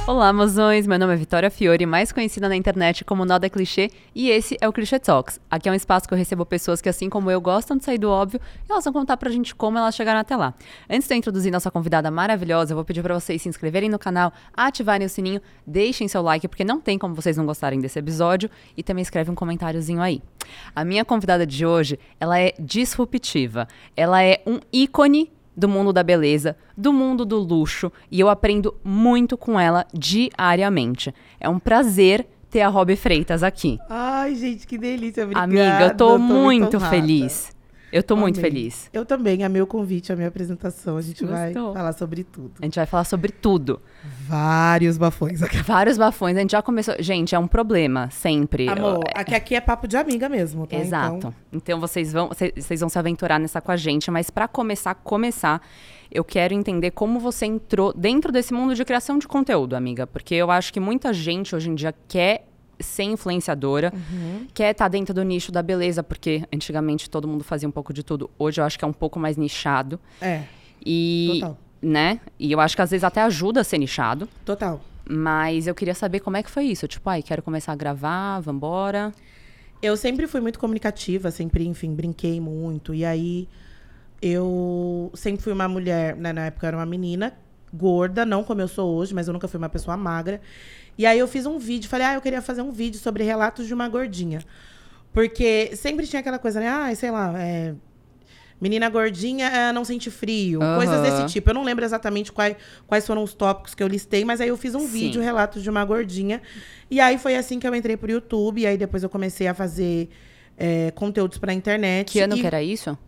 Olá, mozões! Meu nome é Vitória Fiore, mais conhecida na internet como Noda Clichê, e esse é o Clichê Talks. Aqui é um espaço que eu recebo pessoas que, assim como eu, gostam de sair do óbvio e elas vão contar pra gente como elas chegaram até lá. Antes de eu introduzir nossa convidada maravilhosa, eu vou pedir pra vocês se inscreverem no canal, ativarem o sininho, deixem seu like, porque não tem como vocês não gostarem desse episódio, e também escreve um comentáriozinho aí. A minha convidada de hoje, ela é disruptiva. Ela é um ícone do mundo da beleza, do mundo do luxo, e eu aprendo muito com ela diariamente. É um prazer ter a Robi Freitas aqui. Ai, gente, que delícia, obrigada. Amiga, eu tô muito feliz. Eu tô muito feliz. Eu também, amei o convite, a minha apresentação. A gente Gostou? vai falar sobre tudo. A gente vai falar sobre tudo. Vários bafões. Vários bafões, a gente já começou... Gente, é um problema, sempre. Amor, aqui é papo de amiga mesmo, tá? Exato. Então vocês vão se aventurar nessa com a gente, mas pra começar, eu quero entender como você entrou dentro desse mundo de criação de conteúdo, amiga. Porque eu acho que muita gente hoje em dia quer ser influenciadora, quer estar dentro do nicho da beleza, porque antigamente todo mundo fazia um pouco de tudo. Hoje eu acho que é um pouco mais nichado. Total. Né? E eu acho que às vezes até ajuda a ser nichado. Total. Mas eu queria saber como é que foi isso. Tipo, quero começar a gravar, vambora. Eu sempre fui muito comunicativa, sempre, enfim, brinquei muito. E aí, eu sempre fui uma mulher, né, na época eu era uma menina, gorda, não como eu sou hoje, mas eu nunca fui uma pessoa magra. E aí eu fiz um vídeo, falei, eu queria fazer um vídeo sobre relatos de uma gordinha. Porque sempre tinha aquela coisa, né, sei lá, menina gordinha não sente frio, coisas desse tipo. Eu não lembro exatamente quais foram os tópicos que eu listei, mas aí eu fiz um vídeo, relatos de uma gordinha. E aí foi assim que eu entrei pro YouTube, e aí depois eu comecei a fazer conteúdos pra internet. Que ano que era isso?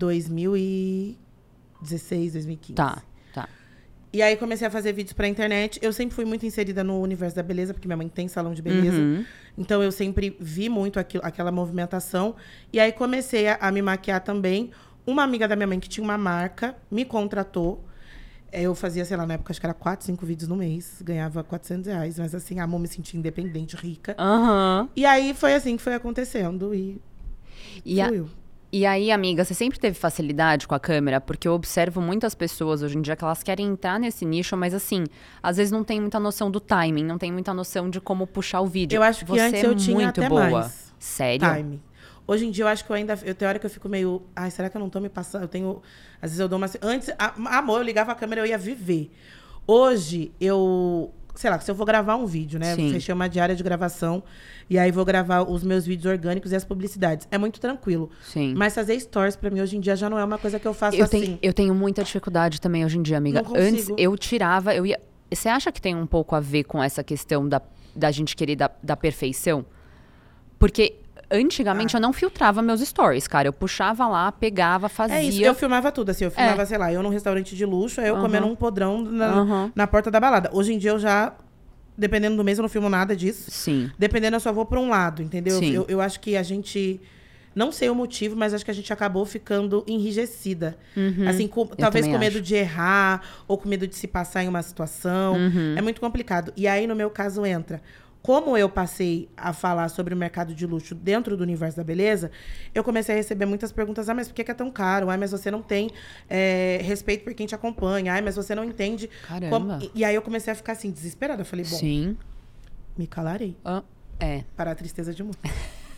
2016, 2015. Tá. E aí comecei a fazer vídeos pra internet. Eu sempre fui muito inserida no universo da beleza, porque minha mãe tem salão de beleza. Então eu sempre vi muito aquela movimentação. E aí comecei a me maquiar também. Uma amiga da minha mãe que tinha uma marca me contratou. Eu fazia, sei lá, na época acho que era 4, 5 vídeos no mês. Ganhava R$400. Mas assim, amor, me sentia independente, rica. E aí foi assim que foi acontecendo. E fluiu. E aí, amiga, você sempre teve facilidade com a câmera? Porque eu observo muitas pessoas hoje em dia que elas querem entrar nesse nicho, mas assim, às vezes não tem muita noção do timing, não tem muita noção de como puxar o vídeo. Eu acho que antes eu tinha muito até boa. mais. Sério? Time. Hoje em dia eu acho que tem hora que eu fico meio, será que eu não tô me passando? Às vezes eu dou uma... Antes, amor, eu ligava a câmera, eu ia viver. Hoje, sei lá, se eu vou gravar um vídeo, né? Sim. Fechei uma diária de gravação e aí vou gravar os meus vídeos orgânicos e as publicidades. É muito tranquilo. Sim. Mas fazer stories pra mim hoje em dia já não é uma coisa que eu faço assim. Eu tenho muita dificuldade também hoje em dia, amiga. Não consigo. Antes eu tirava, Você acha que tem um pouco a ver com essa questão da gente querer da perfeição? Porque antigamente eu não filtrava meus stories, cara. Eu puxava lá, pegava, fazia. É isso, eu filmava tudo, assim. Eu filmava, sei lá, eu num restaurante de luxo, aí eu comendo um podrão na porta da balada. Hoje em dia eu já, dependendo do mês, eu não filmo nada disso. Sim. Dependendo, eu só vou pra um lado, entendeu? Sim. Eu acho que a gente... Não sei o motivo, mas acho que a gente acabou ficando enrijecida. Assim, talvez com medo de errar, ou com medo de se passar em uma situação. É muito complicado. E aí, no meu caso, entra... Como eu passei a falar sobre o mercado de luxo dentro do universo da beleza, eu comecei a receber muitas perguntas. Mas por que é tão caro? Mas você não tem respeito por quem te acompanha. Mas você não entende. Caramba. E aí eu comecei a ficar assim, desesperada. Eu falei, bom, Sim. me calarei. Para a tristeza de muitos.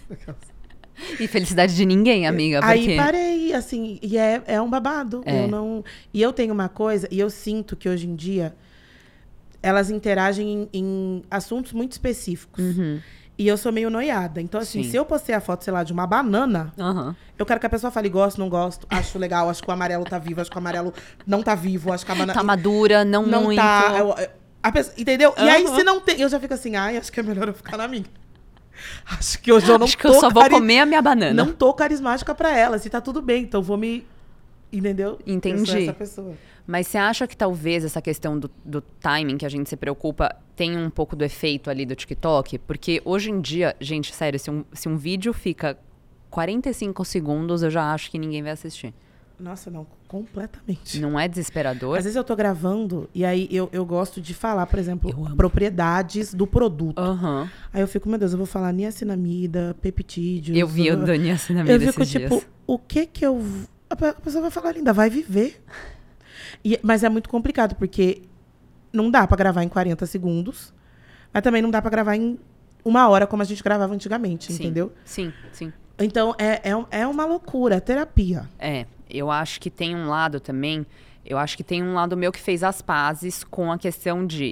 E felicidade de ninguém, amiga. Porque... Aí parei, assim, e é um babado. E eu tenho uma coisa, e eu sinto que hoje em dia... elas interagem em assuntos muito específicos. E eu sou meio noiada. Então, assim, se eu postei a foto, sei lá, de uma banana, eu quero que a pessoa fale, gosto, não gosto, acho legal, acho que o amarelo tá vivo, acho que o amarelo não tá vivo, acho que a banana... Tá madura, não muito. Tá, entendeu? E aí, se não tem... Eu já fico assim, acho que é melhor eu ficar na minha. Acho que hoje eu não Acho que eu só vou comer a minha banana. Não tô carismática pra ela, se tá tudo bem, então vou me... Entendeu? Entendi. Eu sou essa pessoa. Mas você acha que talvez essa questão do timing que a gente se preocupa tem um pouco do efeito ali do TikTok? Porque hoje em dia, gente, sério, se um vídeo fica 45 segundos, eu já acho que ninguém vai assistir. Nossa, não, completamente. Não é desesperador? Às vezes eu tô gravando e aí eu gosto de falar, por exemplo, propriedades do produto. Aí eu fico, meu Deus, eu vou falar niacinamida, peptídeos. Eu vi o do niacinamida esses dias. Eu fico tipo, o que eu... A pessoa vai falar, linda, vai viver. Mas é muito complicado, porque não dá pra gravar em 40 segundos, mas também não dá pra gravar em 1 hora, como a gente gravava antigamente, Sim, entendeu? sim, sim. Então, é uma loucura, é terapia. Eu acho que tem um lado também, eu acho que tem um lado meu que fez as pazes com a questão de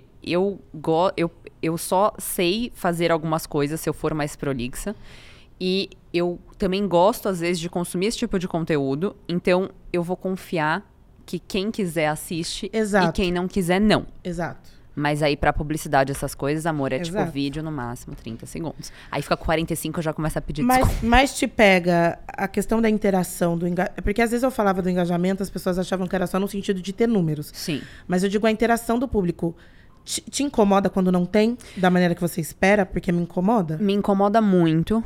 eu só sei fazer algumas coisas se eu for mais prolixa. E eu também gosto, às vezes, de consumir esse tipo de conteúdo. Então, eu vou confiar que quem quiser assiste Exato. e quem não quiser, não. Exato. Mas aí, pra publicidade, essas coisas, amor, é Exato. tipo vídeo no máximo 30 segundos. Aí fica com 45, eu já começo a pedir desculpa. Mas te pega a questão da interação, porque às vezes eu falava do engajamento, as pessoas achavam que era só no sentido de ter números. Sim. Mas eu digo a interação do público. Te incomoda quando não tem, da maneira que você espera? Porque me incomoda? Me incomoda muito,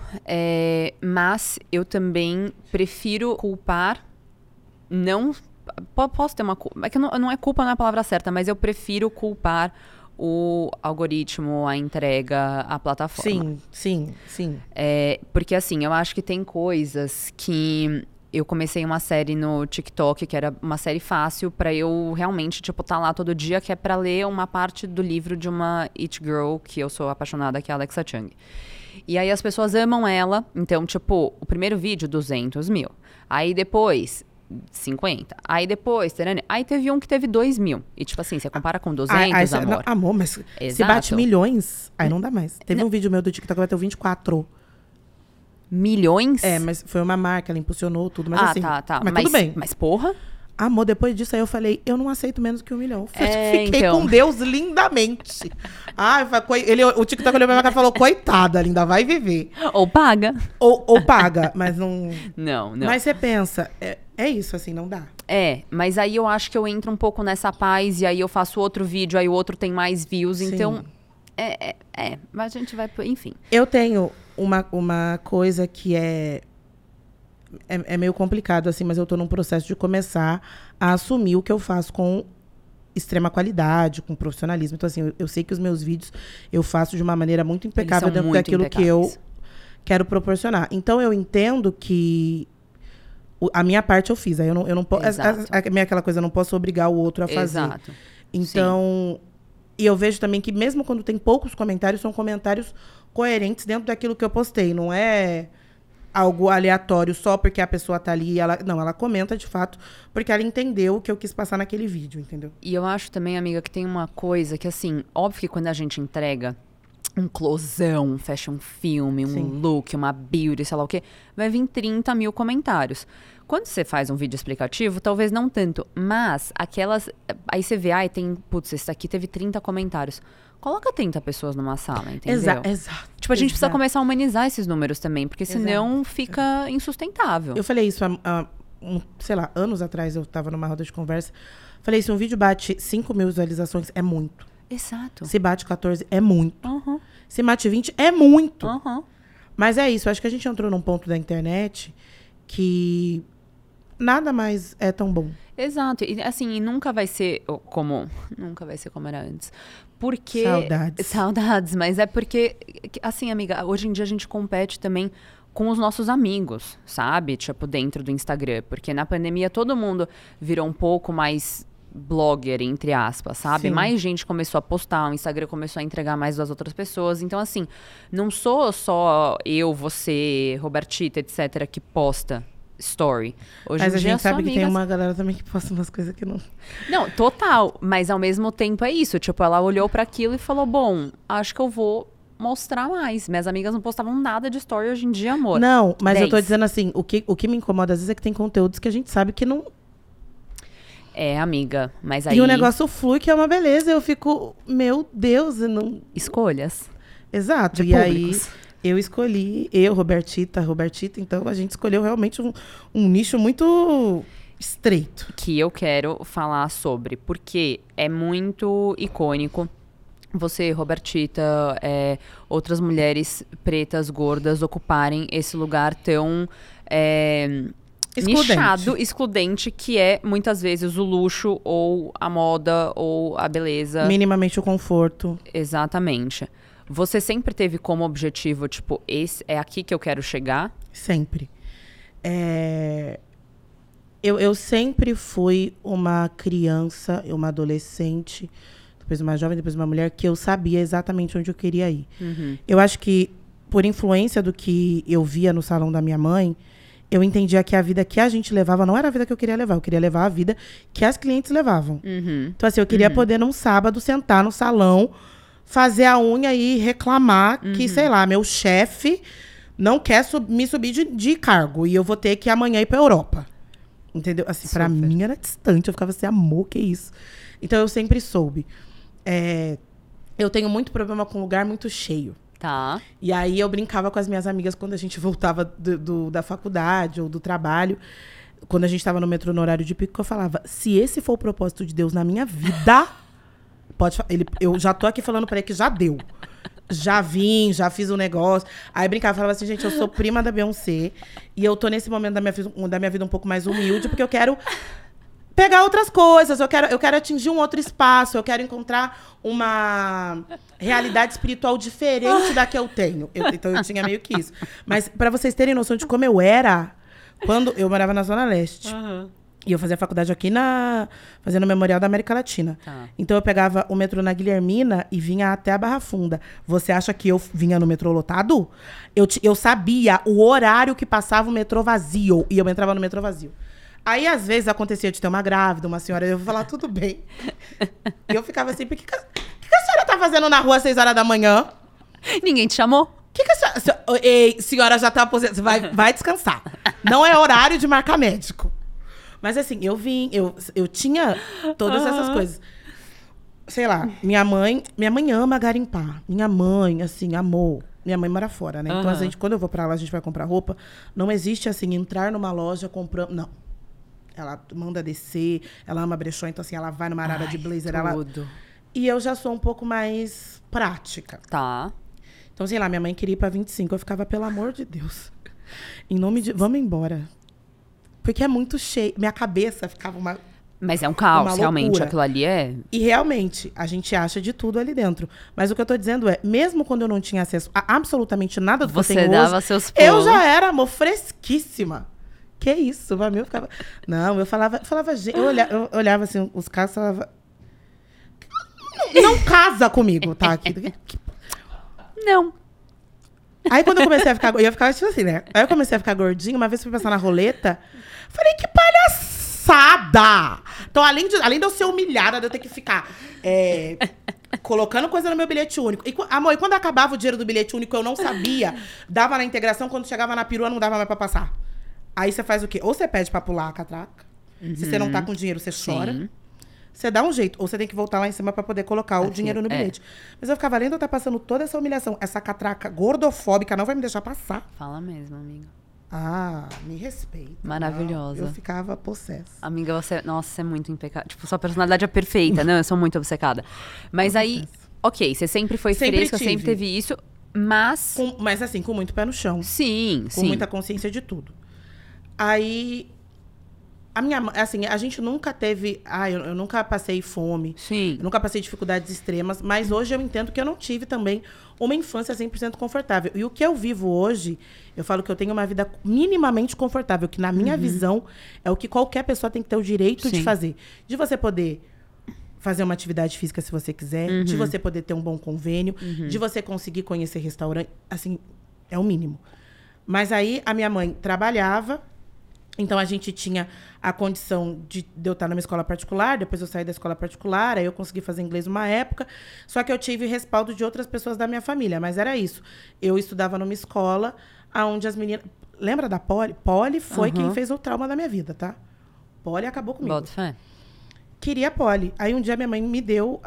mas eu também prefiro culpar, não... Posso ter uma culpa, é que não é culpa, não é a palavra certa, mas eu prefiro culpar o algoritmo, a entrega, a plataforma. Sim. Porque assim, eu acho que tem coisas que... Eu comecei uma série no TikTok, que era uma série fácil, pra eu realmente, tipo, tá lá todo dia, que é pra ler uma parte do livro de uma It Girl, que eu sou apaixonada, que é a Alexa Chung. E aí as pessoas amam ela, então, tipo, o primeiro vídeo, 200 mil. Aí depois, 50. Aí depois, aí teve um que teve 2 mil. E tipo assim, você compara com 200, amor. Não, amor, mas se Exato. bate milhões, aí não dá mais. Teve um vídeo meu do TikTok, vai ter 24. Milhões? Mas foi uma marca, ela impulsionou tudo, mas assim... Tá. Mas tudo bem. Mas porra... Amor, depois disso aí eu falei, eu não aceito menos que 1 milhão. Fiquei então. com Deus lindamente. O TikTok olhou pra minha cara e falou, coitada, linda, vai viver. Ou paga. Ou paga, mas não... Não. Mas você pensa, é isso, assim, não dá. Mas aí eu acho que eu entro um pouco nessa paz, e aí eu faço outro vídeo, aí o outro tem mais views, Sim. então... Mas a gente vai... Enfim. Eu tenho uma coisa que é meio complicado, assim, mas eu tô num processo de começar a assumir o que eu faço com extrema qualidade, com profissionalismo. Então, assim, eu sei que os meus vídeos eu faço de uma maneira muito impecável dentro daquilo que eu quero proporcionar. Então, eu entendo que a minha parte eu fiz. Aí eu não posso... aquela coisa, eu não posso obrigar o outro a fazer. Exato. Então... E eu vejo também que mesmo quando tem poucos comentários, são comentários coerentes dentro daquilo que eu postei. Não é algo aleatório só porque a pessoa tá ali e ela comenta de fato porque ela entendeu o que eu quis passar naquele vídeo, entendeu? E eu acho também, amiga, que tem uma coisa que, assim, óbvio que quando a gente entrega um closão, um fashion filme, um look, uma beauty, sei lá o quê, vai vir 30 mil comentários. Quando você faz um vídeo explicativo, talvez não tanto, mas aquelas... Aí você vê, tem... Putz, esse aqui teve 30 comentários. Coloca 30 pessoas numa sala, entendeu? Exato. Tipo, a gente precisa começar a humanizar esses números também, porque senão fica insustentável. Eu falei isso sei lá, anos atrás, eu tava numa roda de conversa. Falei, se um vídeo bate 5 mil visualizações, é muito. Exato. Se bate 14, é muito. Uhum. Se bate 20, é muito. Uhum. Mas é isso, acho que a gente entrou num ponto da internet que nada mais é tão bom. Exato. E assim, nunca vai ser como era antes. Porque... Saudades, mas é porque, assim, amiga, hoje em dia a gente compete também com os nossos amigos, sabe? Tipo, dentro do Instagram. Porque na pandemia todo mundo virou um pouco mais blogger, entre aspas, sabe? Sim. Mais gente começou a postar, o Instagram começou a entregar mais das outras pessoas. Então, assim, não sou só eu, você, Robertita, etc., que posta story. Hoje mas em dia, a gente sabe que amiga... tem uma galera também que posta umas coisas que não... Não, total. Mas ao mesmo tempo é isso. Tipo, ela olhou pra aquilo e falou, bom, acho que eu vou mostrar mais. Minhas amigas não postavam nada de story hoje em dia, amor. Não, mas 10. eu tô dizendo assim, o que me incomoda às vezes é que tem conteúdos que a gente sabe que não... Amiga, mas aí... E o negócio flui, que é uma beleza. Eu fico, meu Deus, eu não... Escolhas. Exato. De e públicos. Aí, eu escolhi, Robertita, então a gente escolheu realmente um nicho muito estreito. Que eu quero falar sobre, porque é muito icônico você, Robertita, outras mulheres pretas, gordas, ocuparem esse lugar tão... nichado, excludente, que é muitas vezes o luxo ou a moda ou a beleza. Minimamente o conforto. Exatamente. Você sempre teve como objetivo, tipo, esse é aqui que eu quero chegar? Sempre. Eu sempre fui uma criança, uma adolescente. Tô depois uma jovem, depois uma mulher, que eu sabia exatamente onde eu queria ir. Eu acho que, por influência do que eu via no salão da minha mãe, eu entendia que a vida que a gente levava não era a vida que eu queria levar. Eu queria levar a vida que as clientes levavam. Então, assim, eu queria poder, num sábado, sentar no salão, fazer a unha e reclamar que, sei lá, meu chefe não quer me subir de cargo. E eu vou ter que amanhã ir pra Europa. Entendeu? Assim, pra mim era distante. Eu ficava assim, amor, que isso? Então, eu sempre soube. Eu tenho muito problema com lugar muito cheio. Tá. E aí eu brincava com as minhas amigas quando a gente voltava da faculdade ou do trabalho, quando a gente estava no metrô no horário de pico, que eu falava, se esse for o propósito de Deus na minha vida, eu já tô aqui falando pra ele que já deu. Já vim, já fiz um negócio. Aí brincava, falava assim, gente, eu sou prima da Beyoncé e eu tô nesse momento da minha vida um pouco mais humilde, porque eu quero pegar outras coisas, eu quero atingir um outro espaço, eu quero encontrar uma realidade espiritual diferente da que eu tenho. Então eu tinha meio que isso. Mas pra vocês terem noção de como eu era, quando eu morava na Zona Leste. E eu fazia faculdade aqui fazendo o Memorial da América Latina. Tá. Então eu pegava o metrô na Guilhermina e vinha até a Barra Funda. Você acha que eu vinha no metrô lotado? Eu sabia o horário que passava o metrô vazio. E eu entrava no metrô vazio. Aí, às vezes, acontecia de ter uma grávida, uma senhora, eu vou falar, tudo bem. E eu ficava assim, o que a senhora tá fazendo na rua às 6 horas da manhã? Ninguém te chamou? O que a senhora... Ei, senhora já tá aposentada, vai descansar. Não é horário de marcar médico. Mas assim, eu tinha todas essas coisas. Sei lá, minha mãe ama garimpar. Minha mãe, assim, amou. Minha mãe mora fora, né? Então, quando eu vou pra lá, a gente vai comprar roupa. Não existe, assim, entrar numa loja comprando... Não. Ela manda descer, ela ama brechó, então assim, ela vai numa arara de blazer. E eu já sou um pouco mais prática. Tá. Então, sei lá, minha mãe queria ir pra 25, eu ficava, pelo amor de Deus. Em nome de... Vamos embora. Porque é muito cheio. Minha cabeça ficava uma... Mas é um caos, realmente. Aquilo ali é... E realmente, a gente acha de tudo ali dentro. Mas o que eu tô dizendo é, mesmo quando eu não tinha acesso a absolutamente nada do que eu tenho hoje... Você dava seus pulos. Eu já era, amor, fresquíssima. Que isso? Pra mim, eu ficava... Não, eu falava eu olhava assim, os caras falava... Não casa comigo, tá? Não. Aí quando eu comecei a ficar... Eu ia ficar tipo assim, né? Aí eu comecei a ficar gordinha, uma vez fui passar na roleta, falei, que palhaçada! Então, além de eu ser humilhada, de eu ter que ficar colocando coisa no meu bilhete único. Amor, e quando acabava o dinheiro do bilhete único, eu não sabia. Dava na integração, quando chegava na perua, não dava mais pra passar. Aí você faz o quê? Ou você pede pra pular a catraca. Se você não tá com dinheiro, você chora. Você dá um jeito. Ou você tem que voltar lá em cima pra poder colocar o dinheiro no bilhete. Mas eu ficava lendo, eu tá passando toda essa humilhação. Essa catraca gordofóbica não vai me deixar passar. Fala mesmo, amiga. Ah, me respeita. Maravilhosa. Eu ficava possessa. Amiga, você é muito impecável. Tipo, sua personalidade é perfeita, né? Eu sou muito obcecada. Mas aí, ok, você sempre foi fresca, sempre teve isso, mas... Mas assim, com muito pé no chão. Sim, com muita consciência de tudo. Aí, assim, a gente nunca teve... eu nunca passei fome. Sim. Eu nunca passei dificuldades extremas. Mas hoje eu entendo que eu não tive também uma infância 100% confortável. E o que eu vivo hoje, eu falo que eu tenho uma vida minimamente confortável. Que na minha visão, é o que qualquer pessoa tem que ter o direito de fazer. De você poder fazer uma atividade física se você quiser. De você poder ter um bom convênio. De você conseguir conhecer restaurante. Assim, é o mínimo. Mas aí, a minha mãe trabalhava... Então, a gente tinha a condição de eu estar numa escola particular, depois eu saí da escola particular, aí eu consegui fazer inglês uma época, só que eu tive respaldo de outras pessoas da minha família, mas era isso. Eu estudava numa escola onde as meninas... Lembra da Poli? Poli foi quem fez o trauma da minha vida, tá? Poli acabou comigo. Bota fé. Queria Poli. Aí um dia minha mãe me deu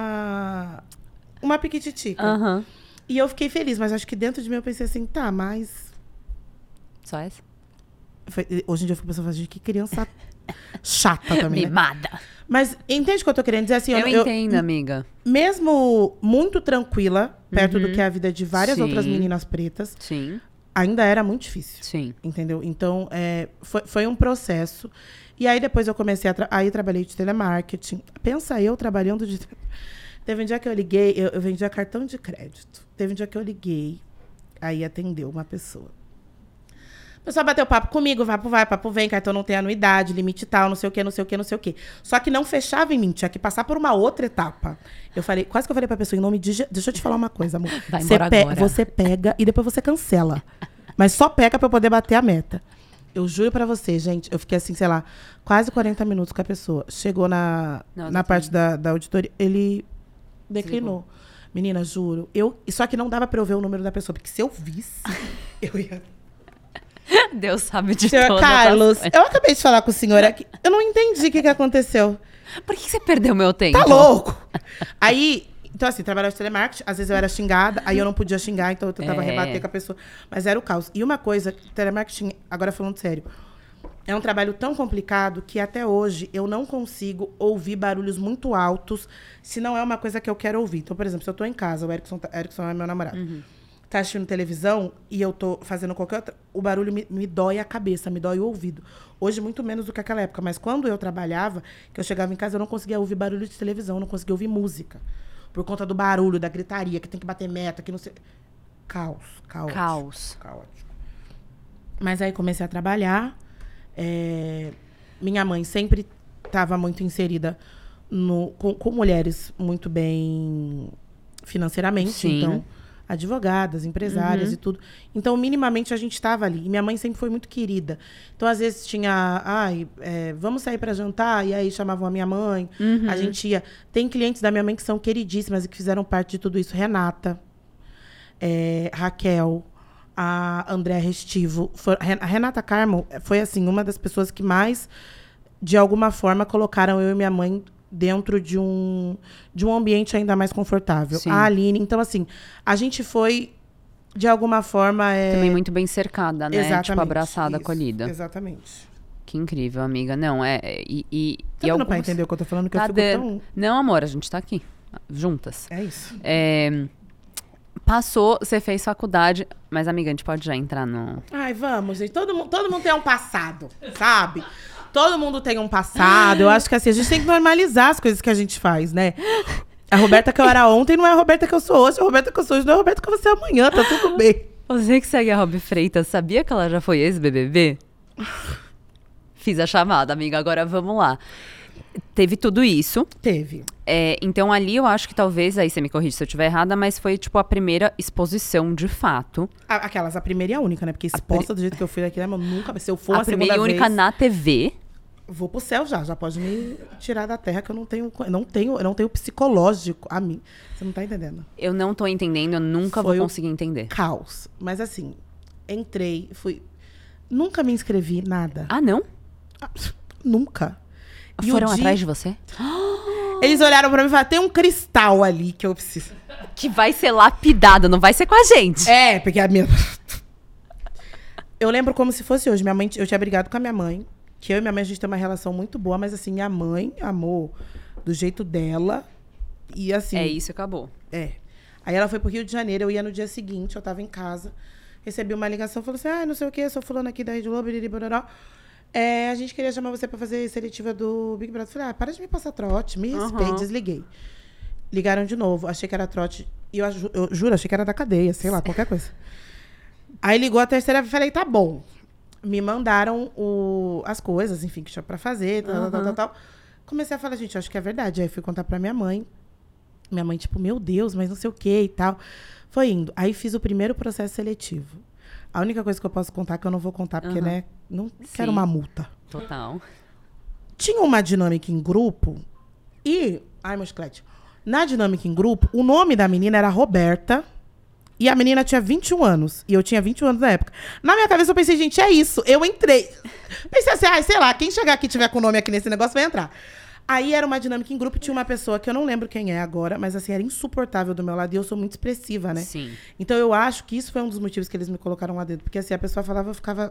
uma piquititica. E eu fiquei feliz, mas acho que dentro de mim eu pensei assim, tá, mas... Só essa? Hoje em dia eu fico pensando, gente, que criança chata também, Mimada. Né? Mas entende o que eu tô querendo dizer? Assim, eu entendo, amiga. Mesmo muito tranquila, perto do que é a vida de várias outras meninas pretas, ainda era muito difícil. Sim. Entendeu? Então, foi um processo. E aí, depois eu comecei aí trabalhei de telemarketing. Pensa eu trabalhando de... Teve um dia que eu liguei, eu vendia cartão de crédito. Teve um dia que eu liguei, aí atendeu uma pessoa. pessoa bateu papo comigo, papo vai, papo vem, cartão não tem anuidade, limite tal, não sei o quê, não sei o quê, não sei o quê. Só que não fechava em mim, tinha que passar por uma outra etapa. Quase que eu falei pra pessoa, em nome de... Deixa eu te falar uma coisa, amor. Vai embora agora. Você pega e depois você cancela. Mas só pega pra eu poder bater a meta. Eu juro pra você, gente, eu fiquei assim, sei lá, quase 40 minutos com a pessoa. Chegou na parte da auditoria, ele declinou. Menina, juro. Só que não dava pra eu ver o número da pessoa, porque se eu visse, eu ia... Deus sabe de Senhor todas Carlos, as coisas. eu acabei de falar com o senhor aqui. Eu não entendi o que aconteceu. Por que você perdeu meu tempo? Tá louco? Aí, então assim, trabalhava de telemarketing, às vezes eu era xingada, aí eu não podia xingar, então eu tentava rebater com a pessoa. Mas era o caos. E uma coisa, telemarketing, agora falando sério, é um trabalho tão complicado que até hoje eu não consigo ouvir barulhos muito altos se não é uma coisa que eu quero ouvir. Então, por exemplo, se eu tô em casa, o Erickson é meu namorado. Tá assistindo televisão e eu tô fazendo qualquer outra... O barulho me dói a cabeça, me dói o ouvido. Hoje, muito menos do que aquela época. Mas quando eu trabalhava, que eu chegava em casa, eu não conseguia ouvir barulho de televisão, eu não conseguia ouvir música. Por conta do barulho, da gritaria, que tem que bater meta, que não sei... Caos. Caótico. Mas aí comecei a trabalhar. Minha mãe sempre estava muito inserida com mulheres muito bem financeiramente. Sim. Então... advogadas, empresárias e tudo. Então, minimamente, a gente estava ali. E minha mãe sempre foi muito querida. Então, às vezes, tinha... vamos sair para jantar? E aí, chamavam a minha mãe. A gente ia... Tem clientes da minha mãe que são queridíssimas e que fizeram parte de tudo isso. Renata, Raquel, a Andréa Restivo. A Renata Carmo foi, assim, uma das pessoas que mais, de alguma forma, colocaram eu e minha mãe... dentro de um ambiente ainda mais confortável. Sim. A Aline... Então, assim, a gente foi, de alguma forma... Também muito bem cercada, né? Exatamente. Tipo, abraçada, Isso, acolhida. Exatamente. Que incrível, amiga. Não, Tá dando pra entender o que eu tô falando? Que eu fico tão... Não, amor, a gente tá aqui. Juntas. É isso. Passou, você fez faculdade... Mas, amiga, a gente pode já entrar no... Ai, vamos, gente. Todo mundo tem um passado, sabe? Todo mundo tem um passado. Eu acho que assim, a gente tem que normalizar as coisas que a gente faz, né? A Roberta que eu era ontem não é a Roberta que eu sou hoje. A Roberta que eu sou hoje não é a Roberta que eu vou ser amanhã. Tá tudo bem. Você que segue a Rob Freitas, sabia que ela já foi ex-BBB? Fiz a chamada, amiga. Agora vamos lá. Teve tudo isso. Teve. Então ali eu acho que talvez, aí você me corrige se eu estiver errada, mas foi tipo a primeira exposição de fato. A primeira e a única, né? Porque exposta do jeito que eu fui aqui, né? Eu nunca... Se eu for uma segunda vez... A primeira e única na TV. Vou pro céu já. Já pode me tirar da terra que eu não tenho psicológico a mim. Você não tá entendendo? Eu não tô entendendo, eu nunca vou conseguir entender. Caos. Mas assim, entrei, fui... Nunca me inscrevi, nada. Ah, não? Nunca. E foram atrás de você? Eles olharam pra mim e falaram, tem um cristal ali que eu preciso. Que vai ser lapidado, não vai ser com a gente. Porque a minha... Eu lembro como se fosse hoje. Minha mãe, eu tinha brigado com a minha mãe. Que eu e minha mãe, a gente tem uma relação muito boa. Mas assim, minha mãe amou do jeito dela. E assim... É isso, acabou. Aí ela foi pro Rio de Janeiro. Eu ia no dia seguinte, eu tava em casa. Recebi uma ligação, falou assim, não sei o quê, sou fulano aqui da Rede Globo, a gente queria chamar você pra fazer seletiva do Big Brother. Falei, para de me passar trote, me respeite, desliguei. Ligaram de novo, achei que era trote. E eu juro, achei que era da cadeia, sei lá, qualquer coisa. Aí ligou a terceira vez, falei, tá bom. Me mandaram as coisas, enfim, que tinha pra fazer, tal. Comecei a falar, gente, acho que é verdade. Aí fui contar pra minha mãe. Minha mãe, tipo, meu Deus, mas não sei o quê e tal. Foi indo. Aí fiz o primeiro processo seletivo. A única coisa que eu posso contar, que eu não vou contar, porque, né, não quero uma multa. Total. Tinha uma dinâmica em grupo e... Ai, meu chiclete. Na dinâmica em grupo, o nome da menina era Roberta e a menina tinha 21 anos. E eu tinha 21 anos na época. Na minha cabeça eu pensei, gente, é isso. Eu entrei. Pensei assim, sei lá, quem chegar aqui e tiver com o nome aqui nesse negócio vai entrar. Aí era uma dinâmica em grupo, tinha uma pessoa que eu não lembro quem é agora, mas assim, era insuportável do meu lado e eu sou muito expressiva, né? Sim. Então eu acho que isso foi um dos motivos que eles me colocaram lá dentro. Porque assim, a pessoa falava, eu ficava...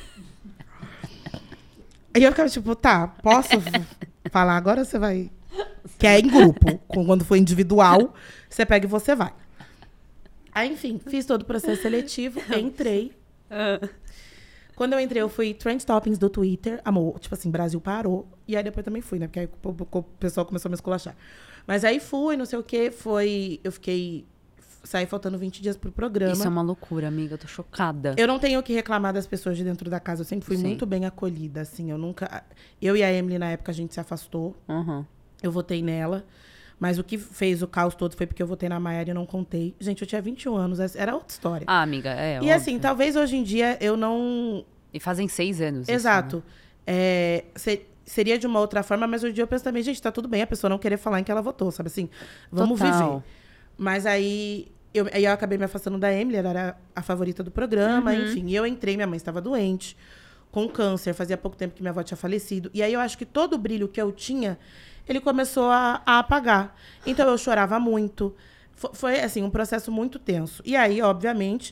Aí eu ficava tipo, tá, posso falar agora ou você vai... Que é em grupo. Quando for individual, você pega e você vai. Aí, enfim, fiz todo o processo seletivo, entrei. Quando eu entrei, eu fui Trend Toppings do Twitter. Amor, tipo assim, Brasil parou. E aí depois também fui, né? Porque aí o pessoal começou a me esculachar. Mas aí fui, não sei o quê. Eu fiquei saí faltando 20 dias pro programa. Isso é uma loucura, amiga. Eu tô chocada. Eu não tenho o que reclamar das pessoas de dentro da casa. Eu sempre fui Sim. muito bem acolhida, assim. Eu e a Emily, na época, a gente se afastou. Uhum. Eu votei nela. Mas o que fez o caos todo foi porque eu votei na Maiara e eu não contei. Gente, eu tinha 21 anos. Era outra história. Ah, amiga, E óbvio. assim, talvez hoje em dia eu não... E fazem 6 anos. Exato. Isso, né? Seria de uma outra forma, mas hoje em dia eu penso também, gente, tá tudo bem a pessoa não querer falar em que ela votou, sabe assim? Vamos Total. viver. Mas aí eu acabei me afastando da Emily, ela era a favorita do programa, enfim. E eu entrei, minha mãe estava doente, com câncer, fazia pouco tempo que minha avó tinha falecido. E aí eu acho que todo o brilho que eu tinha, ele começou a apagar. Então eu chorava muito. Foi, assim, um processo muito tenso. E aí, obviamente,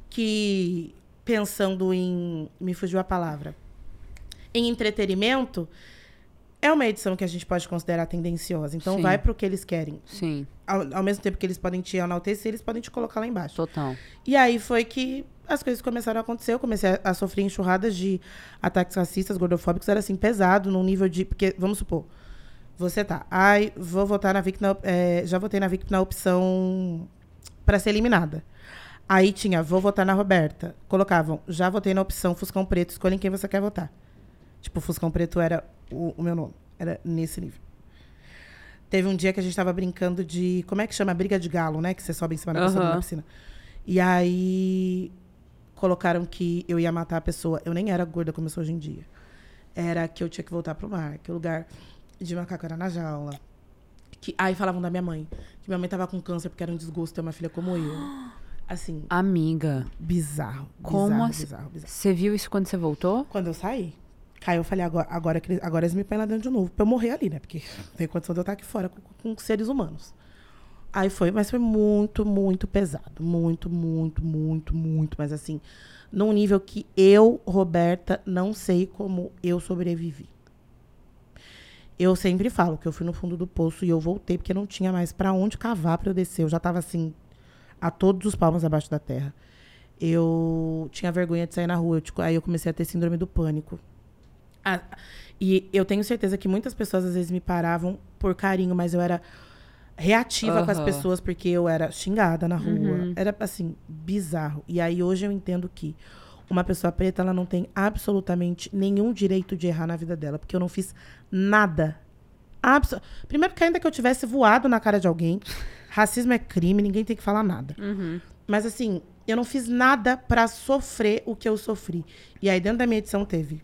que pensando em... Me fugiu a palavra. Em entretenimento, é uma edição que a gente pode considerar tendenciosa. Então, Sim. vai pro que eles querem. Sim, Ao mesmo tempo que eles podem te enaltecer, eles podem te colocar lá embaixo. total. E aí foi que as coisas começaram a acontecer. Eu comecei a sofrer enxurradas de ataques racistas, gordofóbicos. Era, assim, pesado, num nível de... Porque, vamos supor, você tá... Ai, vou votar na Vic... já votei na Vic na opção para ser eliminada. Aí tinha, vou votar na Roberta. Colocavam, já votei na opção Fuscão Preto, escolhem quem você quer votar. Tipo, Fuscão Preto era o meu nome. Era nesse nível. Teve um dia que a gente tava brincando de... Como é que chama? Briga de galo, né? Que você sobe em cima da pessoa na piscina. E aí... Colocaram que eu ia matar a pessoa. Eu nem era gorda como eu sou hoje em dia. Era que eu tinha que voltar pro mar. Que o lugar de macaco era na jaula. Aí falavam da minha mãe. Que minha mãe tava com câncer porque era um desgosto ter uma filha como eu. Assim... Amiga. Bizarro. Como assim? Bizarro. Você viu isso quando você voltou? Quando eu saí... Aí eu falei, agora eles me põem lá dentro de novo, pra eu morrer ali, né? Porque não tem condição de eu estar aqui fora com seres humanos. Aí mas foi muito, muito pesado. Muito, muito, muito, muito. Mas assim, num nível que eu, Roberta, não sei como eu sobrevivi. Eu sempre falo que eu fui no fundo do poço e eu voltei porque não tinha mais pra onde cavar pra eu descer. Eu já tava assim, a todos os palmos abaixo da terra. Eu tinha vergonha de sair na rua. Aí eu comecei a ter síndrome do pânico. E eu tenho certeza que muitas pessoas às vezes me paravam por carinho, mas eu era reativa com as pessoas porque eu era xingada na rua. Era, assim, bizarro. E aí hoje eu entendo que uma pessoa preta, ela não tem absolutamente nenhum direito de errar na vida dela, porque eu não fiz nada. Primeiro que ainda que eu tivesse voado na cara de alguém, racismo é crime, ninguém tem que falar nada. Mas assim, eu não fiz nada pra sofrer o que eu sofri. E aí dentro da minha edição teve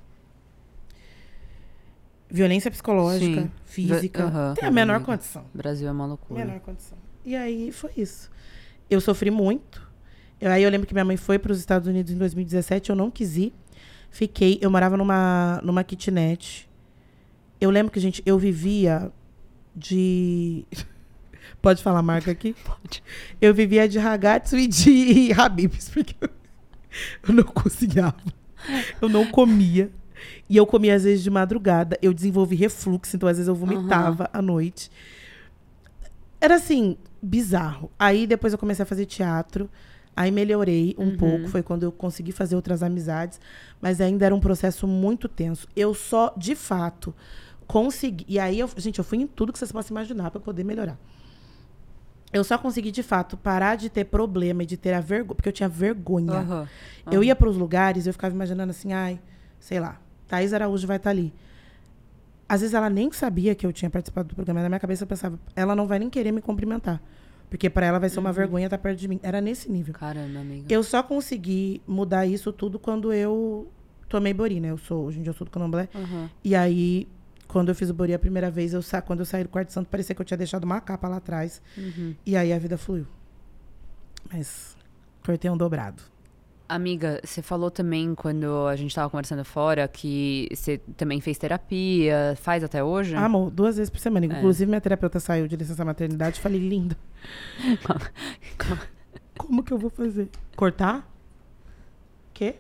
violência psicológica, Sim. física. Tem a menor condição. O Brasil é uma loucura. Menor condição. E aí foi isso. Eu sofri muito. Aí eu lembro que minha mãe foi para os Estados Unidos em 2017. Eu não quis ir. Fiquei. Eu morava numa kitnet. Eu lembro que, gente, eu vivia de... Pode falar a marca aqui? Pode. Eu vivia de ragazzo e de Habib's, porque eu não cozinhava. Eu não comia. E eu comia, às vezes, de madrugada. Eu desenvolvi refluxo, então, às vezes, eu vomitava à noite. Era, assim, bizarro. Aí, depois, eu comecei a fazer teatro. Aí, melhorei um pouco. Foi quando eu consegui fazer outras amizades. Mas ainda era um processo muito tenso. Eu só, de fato, consegui... E aí, gente, eu fui em tudo que vocês possam imaginar para poder melhorar. Eu só consegui, de fato, parar de ter problema e de ter a vergonha. Porque eu tinha vergonha. Eu ia para os lugares e eu ficava imaginando assim, ai, sei lá, Thaís Araújo vai estar ali. Às vezes ela nem sabia que eu tinha participado do programa. Na minha cabeça eu pensava, ela não vai nem querer me cumprimentar. Porque para ela vai ser uma vergonha estar perto de mim. Era nesse nível. Caramba, amiga. Eu só consegui mudar isso tudo quando eu tomei Bori, né? Hoje em dia eu sou do Candomblé. E aí, quando eu fiz o Bori a primeira vez, quando eu saí do Quarto Santo, parecia que eu tinha deixado uma capa lá atrás. E aí a vida fluiu. Mas cortei um dobrado. Amiga, você falou também, quando a gente tava conversando fora, que você também fez terapia, faz até hoje? Amor, 2 vezes por semana. Inclusive, minha terapeuta saiu de licença maternidade. Falei, linda. Como que eu vou fazer? Cortar? Quê?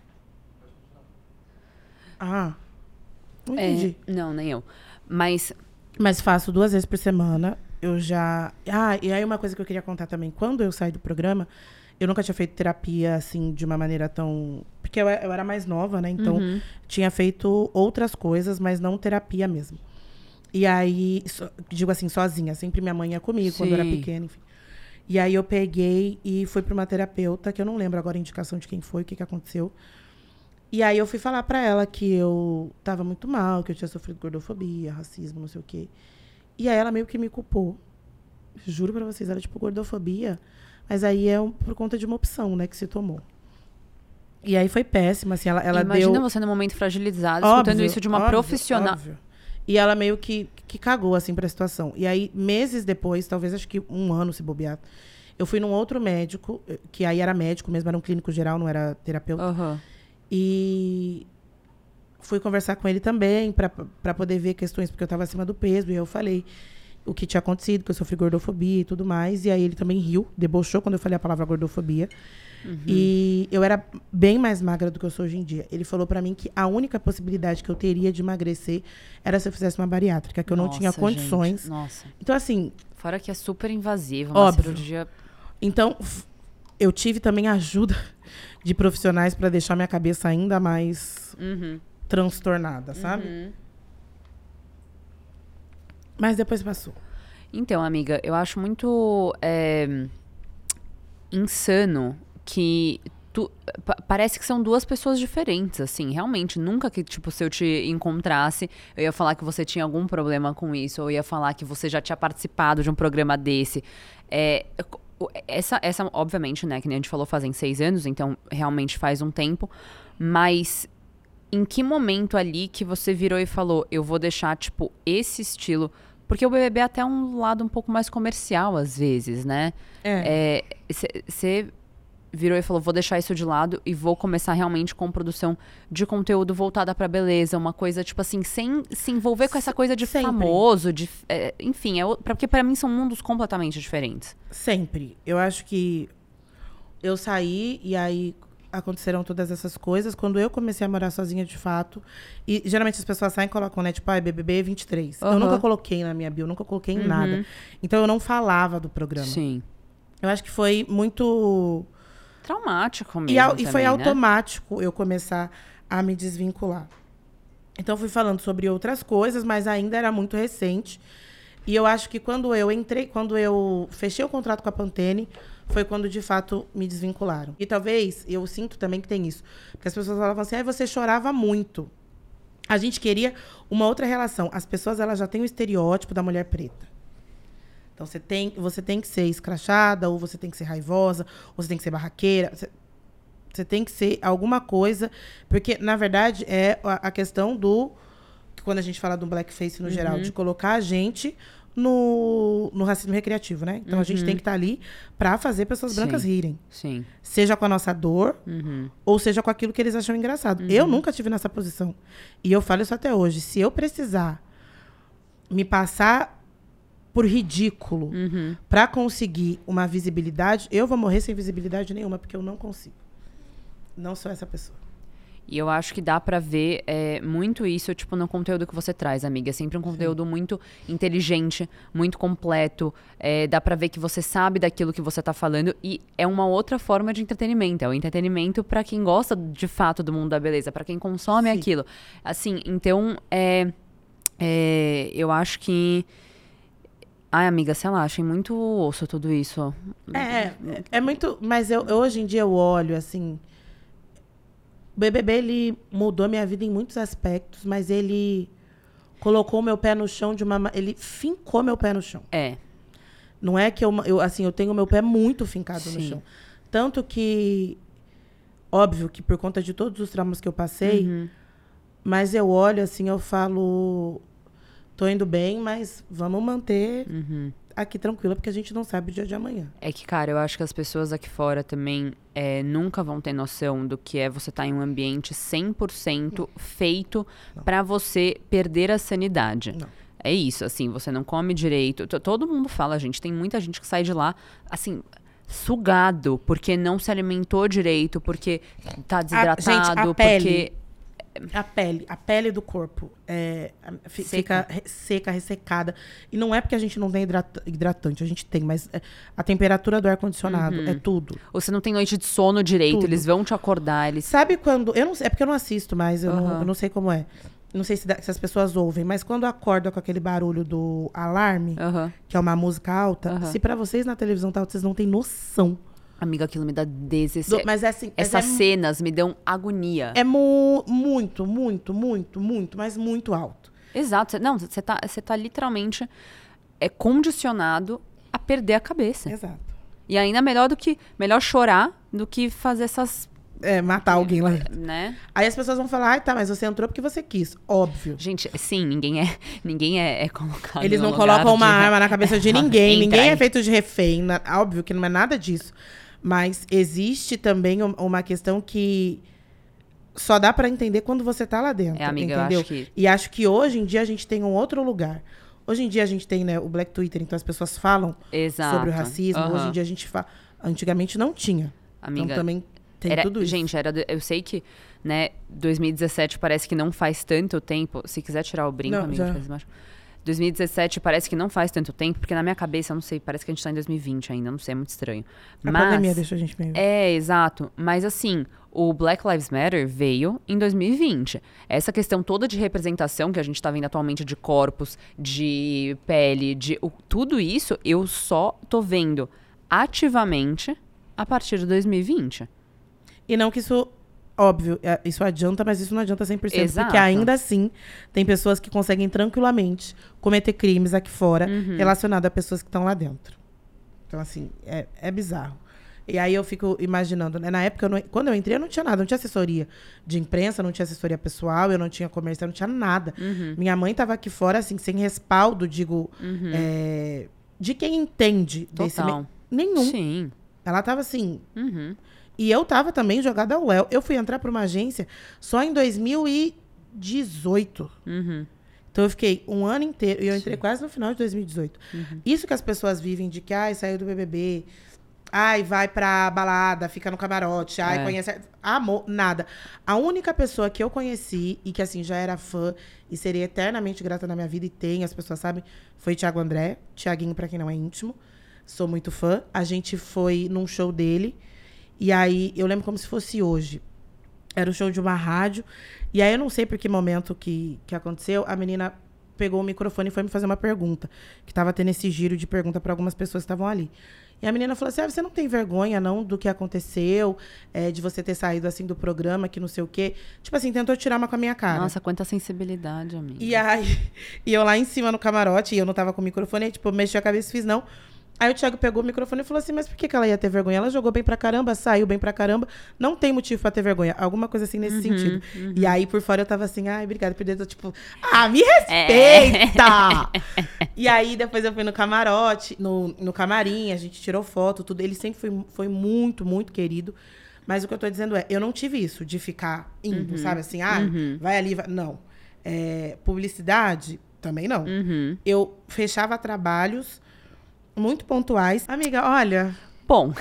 Não entendi. Não, nem eu. Mas faço 2 vezes por semana. Eu já... e aí uma coisa que eu queria contar também. Quando eu saí do programa... Eu nunca tinha feito terapia, assim, de uma maneira tão... Porque eu era mais nova, né? Então, tinha feito outras coisas, mas não terapia mesmo. E aí, digo assim, sozinha. Sempre minha mãe ia comigo, quando eu era pequena, enfim. E aí eu peguei e fui pra uma terapeuta, que eu não lembro agora a indicação de quem foi, o que aconteceu. E aí eu fui falar pra ela que eu tava muito mal, que eu tinha sofrido gordofobia, racismo, não sei o quê. E aí ela meio que me culpou. Juro pra vocês, era tipo gordofobia. Mas aí é por conta de uma opção, né, que se tomou. E aí foi péssima, assim, ela Imagina deu... você num momento fragilizado, escutando isso de uma profissional. Óbvio. E ela meio que cagou, assim, pra situação. E aí, meses depois, talvez acho que um ano se bobear, eu fui num outro médico, que aí era médico mesmo, era um clínico geral, não era terapeuta. Uhum. E fui conversar com ele também pra poder ver questões, porque eu tava acima do peso. E eu falei o que tinha acontecido, que eu sofri gordofobia e tudo mais. E aí ele também riu, debochou quando eu falei a palavra gordofobia. E eu era bem mais magra do que eu sou hoje em dia. Ele falou pra mim que a única possibilidade que eu teria de emagrecer era se eu fizesse uma bariátrica, que eu não tinha condições. Gente, nossa. Então, assim... Fora que é super invasiva, uma cirurgia... Então, eu tive também a ajuda de profissionais pra deixar minha cabeça ainda mais transtornada, sabe? Mas depois passou. Então, amiga, eu acho muito insano que parece que são duas pessoas diferentes, assim, realmente. Nunca que, tipo, se eu te encontrasse, eu ia falar que você tinha algum problema com isso, ou ia falar que você já tinha participado de um programa desse. Essa, obviamente, né, que nem a gente falou, fazem 6 anos, então realmente faz um tempo, mas em que momento ali que você virou e falou, eu vou deixar, tipo, esse estilo... Porque o BBB é até um lado um pouco mais comercial, às vezes, né? Você virou e falou, vou deixar isso de lado e vou começar realmente com produção de conteúdo voltada pra beleza. Uma coisa, tipo assim, sem se envolver com essa coisa de famoso, enfim, porque pra mim são mundos completamente diferentes. Sempre. Eu acho que eu saí e aí aconteceram todas essas coisas. Quando eu comecei a morar sozinha, de fato, e geralmente as pessoas saem e colocam, né, tipo, BBB 23. Eu nunca coloquei na minha bio, nunca coloquei em nada. Então eu não falava do programa. Sim. Eu acho que foi muito... traumático mesmo. E foi automático eu começar a me desvincular. Então, fui falando sobre outras coisas, mas ainda era muito recente. E eu acho que quando eu fechei o contrato com a Pantene, foi quando, de fato, me desvincularam. E talvez, eu sinto também que tem isso. Porque as pessoas falavam assim, você chorava muito. A gente queria uma outra relação. As pessoas, elas já têm o estereótipo da mulher preta. Então, você tem que ser escrachada, ou você tem que ser raivosa, ou você tem que ser barraqueira. Você tem que ser alguma coisa. Porque, na verdade, é a questão do... Quando a gente fala do blackface no geral, de colocar a gente no racismo recreativo, né? Então, a gente tem que estar ali para fazer pessoas brancas rirem. Sim. Seja com a nossa dor, ou seja com aquilo que eles acham engraçado. Eu nunca tive nessa posição. E eu falo isso até hoje. Se eu precisar me passar por ridículo para conseguir uma visibilidade, eu vou morrer sem visibilidade nenhuma, porque eu não consigo. Não sou essa pessoa. E eu acho que dá pra ver muito isso, tipo, no conteúdo que você traz, amiga. É sempre um conteúdo muito inteligente, muito completo. Dá pra ver que você sabe daquilo que você tá falando. E é uma outra forma de entretenimento. É o entretenimento pra quem gosta, de fato, do mundo da beleza. Pra quem consome aquilo. Assim, então, eu acho que... Ai, amiga, sei lá, achei muito osso tudo isso. É muito... Mas hoje em dia eu olho, assim... O BBB, ele mudou minha vida em muitos aspectos, mas ele colocou meu pé no chão de uma... Ele fincou meu pé no chão. Não é que eu tenho meu pé muito fincado no chão. Tanto que... Óbvio que por conta de todos os traumas que eu passei, mas eu olho, assim, eu falo... Tô indo bem, mas vamos manter aqui tranquila, porque a gente não sabe o dia de amanhã. É que, cara, eu acho que as pessoas aqui fora também nunca vão ter noção do que é você estar em um ambiente 100% feito pra você perder a sanidade. Não. É isso, assim, você não come direito. Todo mundo fala, gente, tem muita gente que sai de lá, assim... sugado, porque não se alimentou direito, porque tá desidratado, porque... A pele do corpo fica seca, ressecada. E não é porque a gente não tem hidratante, a gente tem, mas a temperatura do ar-condicionado é tudo. Ou você não tem noite de sono direito, Tudo. Eles vão te acordar. Sabe quando... Eu não sei, é porque eu não assisto mais, eu não sei como é. Não sei se as pessoas ouvem, mas quando acorda com aquele barulho do alarme, que é uma música alta, se pra vocês na televisão tá alto, vocês não têm noção. Amiga, aquilo me dá desespero. Mas é assim... Essas cenas me dão agonia. É muito, mas muito alto. Exato. Não, você tá literalmente condicionado a perder a cabeça. Exato. E ainda melhor chorar do que fazer essas... matar alguém lá. Né? Aí as pessoas vão falar, tá, mas você entrou porque você quis. Óbvio. Gente, sim, ninguém é colocado. Eles não colocam uma arma na cabeça de ninguém. Ninguém é feito de refém. Óbvio que não é nada disso. Mas existe também uma questão que só dá pra entender quando você tá lá dentro. Amiga, entendeu? eu acho que... E acho que hoje em dia a gente tem um outro lugar. Hoje em dia a gente tem, né, o Black Twitter, então as pessoas falam sobre o racismo. Hoje em dia a gente fala... Antigamente não tinha. Amiga, então também tem tudo isso. Gente, eu sei que, né, 2017 parece que não faz tanto tempo. Se quiser tirar o brinco, não, amiga, faz mais. 2017 parece que não faz tanto tempo, porque na minha cabeça, eu não sei, parece que a gente tá em 2020 ainda, não sei, é muito estranho. A pandemia deixou a gente meio... Exato. Mas assim, o Black Lives Matter veio em 2020. Essa questão toda de representação que a gente tá vendo atualmente de corpos, de pele, tudo isso, eu só tô vendo ativamente a partir de 2020. E não que isso... Óbvio, isso adianta, mas isso não adianta 100%. Exato. Porque ainda assim, tem pessoas que conseguem tranquilamente cometer crimes aqui fora relacionados a pessoas que estão lá dentro. Então, assim, é bizarro. E aí eu fico imaginando, né? Na época, quando eu entrei, eu não tinha nada. Não tinha assessoria de imprensa, não tinha assessoria pessoal, eu não tinha comércio, não tinha nada. Minha mãe estava aqui fora, assim, sem respaldo, digo, de quem entende desse meio. Nenhum. Sim. Ela estava assim... E eu tava também jogada ao léu. Eu fui entrar pra uma agência só em 2018. Então eu fiquei um ano inteiro. E eu entrei quase no final de 2018. Isso que as pessoas vivem de que, saiu do BBB. Vai pra balada, fica no camarote. Conhece... Amor, nada. A única pessoa que eu conheci e que, assim, já era fã e seria eternamente grata na minha vida, e tem, as pessoas sabem, foi Thiago André. Thiaguinho, pra quem não é íntimo. Sou muito fã. A gente foi num show dele. E aí, eu lembro como se fosse hoje. Era o show de uma rádio. E aí, eu não sei por que momento que aconteceu, a menina pegou o microfone e foi me fazer uma pergunta. Que tava tendo esse giro de pergunta para algumas pessoas que estavam ali. E a menina falou assim, você não tem vergonha, não, do que aconteceu? De você ter saído, assim, do programa, que não sei o quê. Tipo assim, tentou tirar uma com a minha cara. Nossa, quanta sensibilidade, amiga. E aí, eu lá em cima no camarote, e eu não tava com o microfone, aí, tipo, mexi a cabeça e fiz não. Aí o Thiago pegou o microfone e falou assim, mas por que ela ia ter vergonha? Ela jogou bem pra caramba, saiu bem pra caramba, não tem motivo pra ter vergonha. Alguma coisa assim nesse sentido. E aí, por fora, eu tava assim, obrigada, por dentro, tipo, me respeita! E aí, depois eu fui no camarote, no camarim, a gente tirou foto, tudo. Ele sempre foi muito, muito querido. Mas o que eu tô dizendo eu não tive isso, de ficar indo, sabe? Assim, vai ali, vai... Não. Publicidade, também não. Eu fechava trabalhos muito pontuais. Amiga, olha... Bom.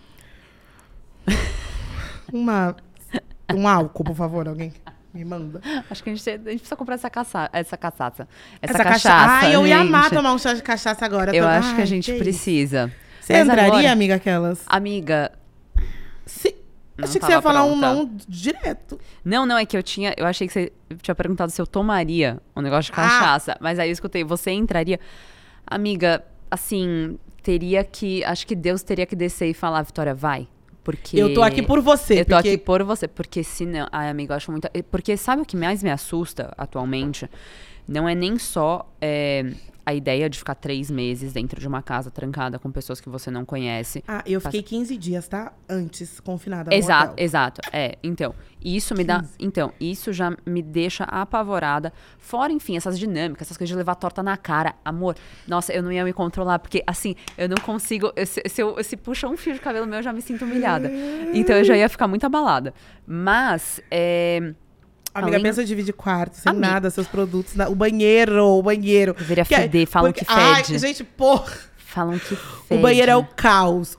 Um álcool, por favor, alguém me manda. Acho que a gente precisa comprar essa cachaça. Essa cachaça. Eu ia amar tomar um chá de cachaça agora. Eu acho que a gente precisa. Você entraria, agora, amiga, aquelas? Amiga... Achei que você ia falar um não direto. Não, é que eu achei que você tinha perguntado se eu tomaria um negócio de cachaça. Mas aí eu escutei, você entraria... Amiga... Assim, acho que Deus teria que descer e falar, Vitória, vai. Porque... Eu tô aqui por você. Eu tô aqui por você. Porque senão... Ai, amiga, eu acho muito... Porque sabe o que mais me assusta atualmente? Não é nem só a ideia de ficar 3 meses dentro de uma casa trancada com pessoas que você não conhece. Eu fiquei 15 dias, tá? Antes, confinada no Exato. Então, isso me dá... Então, isso já me deixa apavorada. Fora, enfim, essas dinâmicas, essas coisas de levar torta na cara. Amor, nossa, eu não ia me controlar, porque, assim, eu não consigo... Se puxa um fio de cabelo meu, eu já me sinto humilhada. Então, eu já ia ficar muito abalada. Mas, Amiga, pensa em dividir quarto, sem nada, seus produtos. O banheiro. Deveria feder, falam que fede. Ai, gente, porra. Falam que fede. O banheiro é o caos.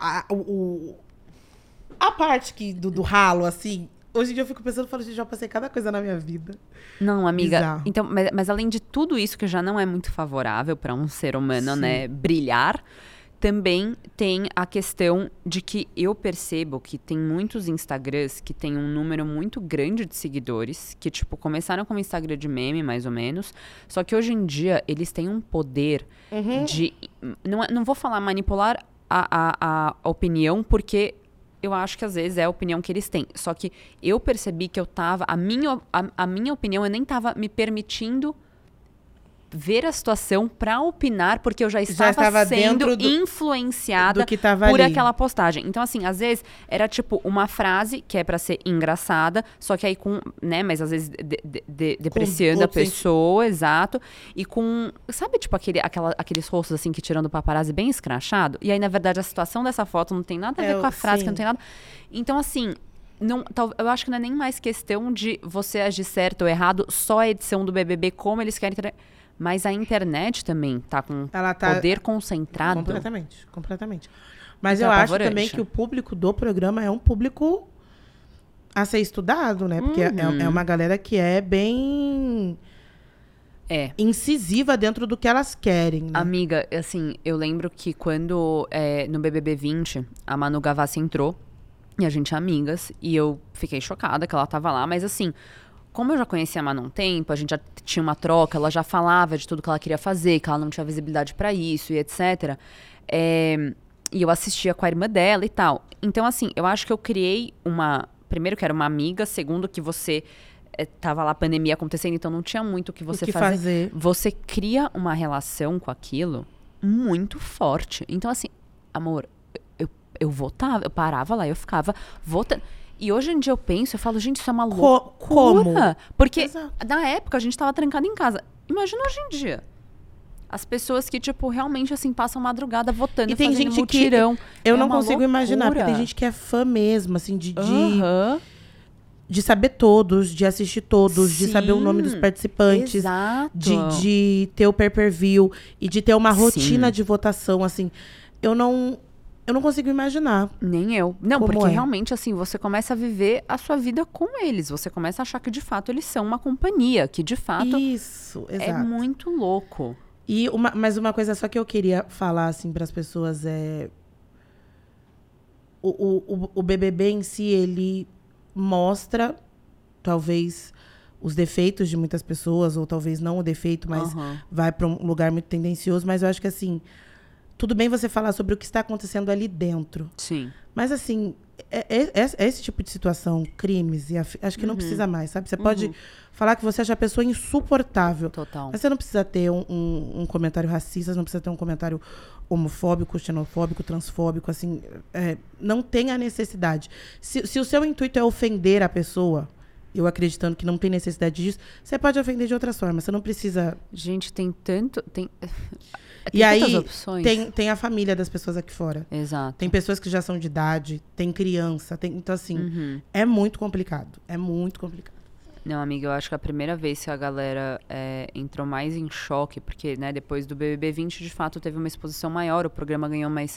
A parte do ralo, assim... Hoje em dia eu fico pensando, gente, já passei cada coisa na minha vida. Não, amiga. Bizarro. Então, mas além de tudo isso que já não é muito favorável para um ser humano, né, brilhar... também tem a questão de que eu percebo que tem muitos Instagrams que tem um número muito grande de seguidores, que, tipo, começaram como Instagram de meme, mais ou menos, só que hoje em dia eles têm um poder de... Não vou falar manipular a opinião, porque eu acho que às vezes é a opinião que eles têm. Só que eu percebi que eu tava... A minha opinião, eu nem tava me permitindo ver a situação pra opinar, porque eu já estava sendo influenciada por aquela postagem. Então, assim, às vezes era tipo uma frase que é pra ser engraçada, só que aí com, né, mas às vezes depreciando a pessoa, exato, e com, sabe, tipo aqueles rostos assim que tirando o paparazzi bem escrachado? E aí, na verdade, a situação dessa foto não tem nada a ver com a frase, que não tem nada. Então, assim, eu acho que não é nem mais questão de você agir certo ou errado, só a edição do BBB, como eles querem... Mas a internet também tá com poder concentrado. Completamente. Mas eu acho também que o público do programa é um público a ser estudado, né? Porque é uma galera que é bem incisiva dentro do que elas querem, né? Amiga, assim, eu lembro que quando no BBB 20, a Manu Gavassi entrou, e a gente é amigas, e eu fiquei chocada que ela tava lá, mas assim... Como eu já conhecia a Manu há um tempo, a gente já tinha uma troca, ela já falava de tudo que ela queria fazer, que ela não tinha visibilidade pra isso e etc. E eu assistia com a irmã dela e tal. Então, assim, eu acho que eu criei uma... Primeiro, que era uma amiga. Segundo, que você... Tava lá a pandemia acontecendo, então não tinha muito o que você fazer. Você cria uma relação com aquilo muito forte. Então, assim, amor, eu votava, eu parava lá, eu ficava votando... E hoje em dia eu penso, eu falo, gente, isso é uma loucura. Como? Porque na época a gente tava trancado em casa. Imagina hoje em dia. As pessoas que, tipo, realmente, assim, passam madrugada votando, e tem fazendo gente mutirão. Que eu não consigo imaginar, porque tem gente que é fã mesmo, assim, de saber todos, de assistir todos, de saber o nome dos participantes. Exato. De ter o pay-per-view e de ter uma rotina de votação, assim. Eu não consigo imaginar. Nem eu. Não, porque realmente, assim, você começa a viver a sua vida com eles. Você começa a achar que, de fato, eles são uma companhia. Que, de fato, é muito louco. Mas uma coisa só que eu queria falar, assim, para as pessoas é... O BBB em si, ele mostra, talvez, os defeitos de muitas pessoas, ou talvez não o defeito, mas vai para um lugar muito tendencioso. Mas eu acho que, assim... Tudo bem você falar sobre o que está acontecendo ali dentro. Sim. Mas, assim, esse tipo de situação, crimes, e acho que não precisa mais, sabe? Você pode falar que você acha a pessoa insuportável. Total. Mas você não precisa ter um comentário racista, não precisa ter um comentário homofóbico, xenofóbico, transfóbico, assim. Não tem a necessidade. Se o seu intuito é ofender a pessoa... Eu acreditando que não tem necessidade disso, você pode ofender de outras formas. Você não precisa... Gente, tem tanto... Tem e aí, opções. Tem a família das pessoas aqui fora. Exato. Tem pessoas que já são de idade, tem criança. Então, assim, é muito complicado. É muito complicado. Não, amiga, eu acho que a primeira vez que a galera entrou mais em choque, porque, né, depois do BBB 20, de fato, teve uma exposição maior, o programa ganhou mais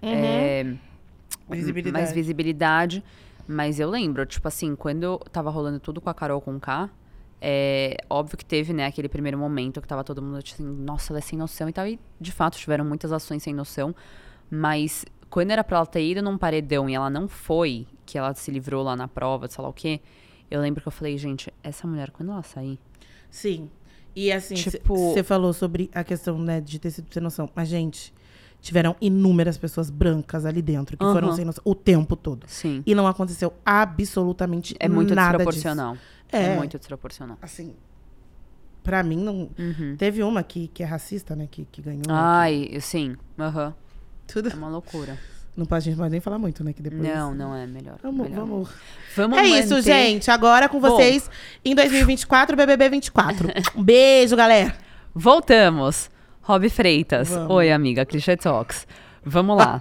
visibilidade. Mas eu lembro, tipo assim, quando tava rolando tudo com a Carol Conká, óbvio que teve, né, aquele primeiro momento que tava todo mundo assim, nossa, ela é sem noção e tal. E, de fato, tiveram muitas ações sem noção. Mas quando era pra ela ter ido num paredão e ela não foi, que ela se livrou lá na prova, sei lá o quê, eu lembro que eu falei, gente, essa mulher, quando ela sair... Sim. E, assim, tipo... você falou sobre a questão, né, de ter sido sem noção. Mas, gente... Tiveram inúmeras pessoas brancas ali dentro que foram sem noção o tempo todo. Sim. E não aconteceu absolutamente nada disso. É muito desproporcional. É muito desproporcional. Assim, pra mim, não... Teve uma que é racista, né? Que ganhou. Ai, sim. Tudo... É uma loucura. Não pode, a gente pode nem falar muito, né? Que depois... Não é melhor. Vamos isso, gente. Agora com vocês em 2024, BBB 24. Um beijo, galera. Voltamos. Rob Freitas. Vamos. Oi, amiga. Clichê Talks. Vamos lá.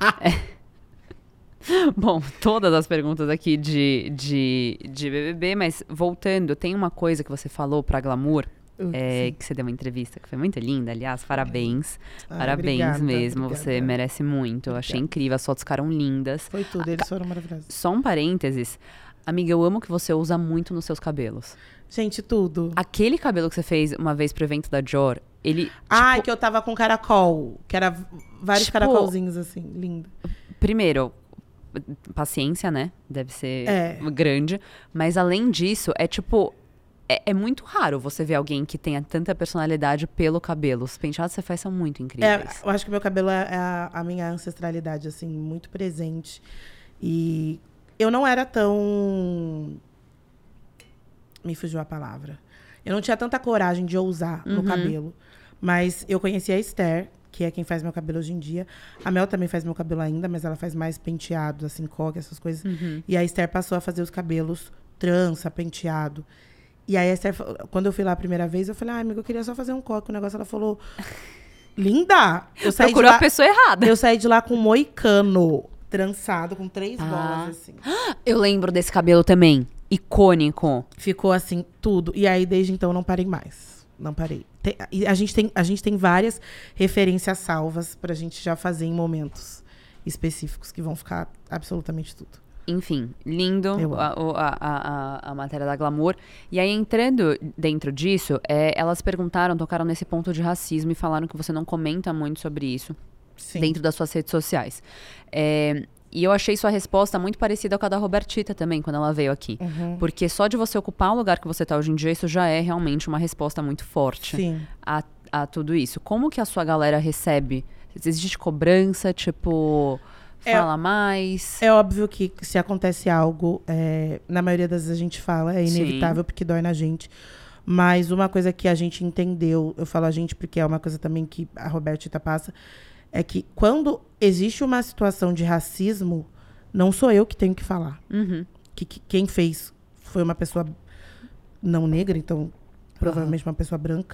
Bom, todas as perguntas aqui de BBB, mas voltando, tem uma coisa que você falou pra Glamour, que você deu uma entrevista, que foi muito linda, aliás, parabéns. Parabéns obrigada, mesmo, obrigada. Você merece muito. Eu achei incrível, as fotos ficaram lindas. Foi tudo, eles foram maravilhosos. Só um parênteses. Amiga, eu amo que você usa muito nos seus cabelos. Gente, tudo. Aquele cabelo que você fez uma vez pro evento da Dior, Ele, Que eu tava com caracol. Que era vários caracolzinhos, assim, lindo. Primeiro, paciência, né? Deve ser grande. Mas além disso, é muito raro você ver alguém que tenha tanta personalidade pelo cabelo. Os penteados que você faz são muito incríveis. Eu acho que meu cabelo é a minha ancestralidade, assim, muito presente. E eu não era tão... Me fugiu a palavra. Eu não tinha tanta coragem de ousar no cabelo. Mas eu conheci a Esther, que é quem faz meu cabelo hoje em dia. A Mel também faz meu cabelo ainda, mas ela faz mais penteados, assim, coque, essas coisas. E a Esther passou a fazer os cabelos trança, penteado. E aí a Esther, quando eu fui lá a primeira vez, eu falei, amiga, eu queria só fazer um coque. O negócio, ela falou, linda! Procurou a pessoa errada. Eu saí de lá com um moicano trançado, com 3 bolas, assim. Eu lembro desse cabelo também. Icônico. Ficou assim, tudo. E aí, desde então, não parei mais. Não parei. A gente tem várias referências salvas pra gente já fazer em momentos específicos, que vão ficar absolutamente tudo. Enfim, lindo a matéria da Glamour. E aí, entrando dentro disso, elas tocaram nesse ponto de racismo e falaram que você não comenta muito sobre isso dentro das suas redes sociais. E eu achei sua resposta muito parecida com a da Robertita também, quando ela veio aqui. Porque só de você ocupar o lugar que você está hoje em dia, isso já é realmente uma resposta muito forte a tudo isso. Como que a sua galera recebe? Existe cobrança, fala mais? É óbvio que se acontece algo, na maioria das vezes a gente fala, é inevitável porque dói na gente. Mas uma coisa que a gente entendeu, eu falo a gente porque é uma coisa também que a Robertita passa, é que quando existe uma situação de racismo, não sou eu que tenho que falar. Que quem fez foi uma pessoa não negra, então provavelmente uma pessoa branca.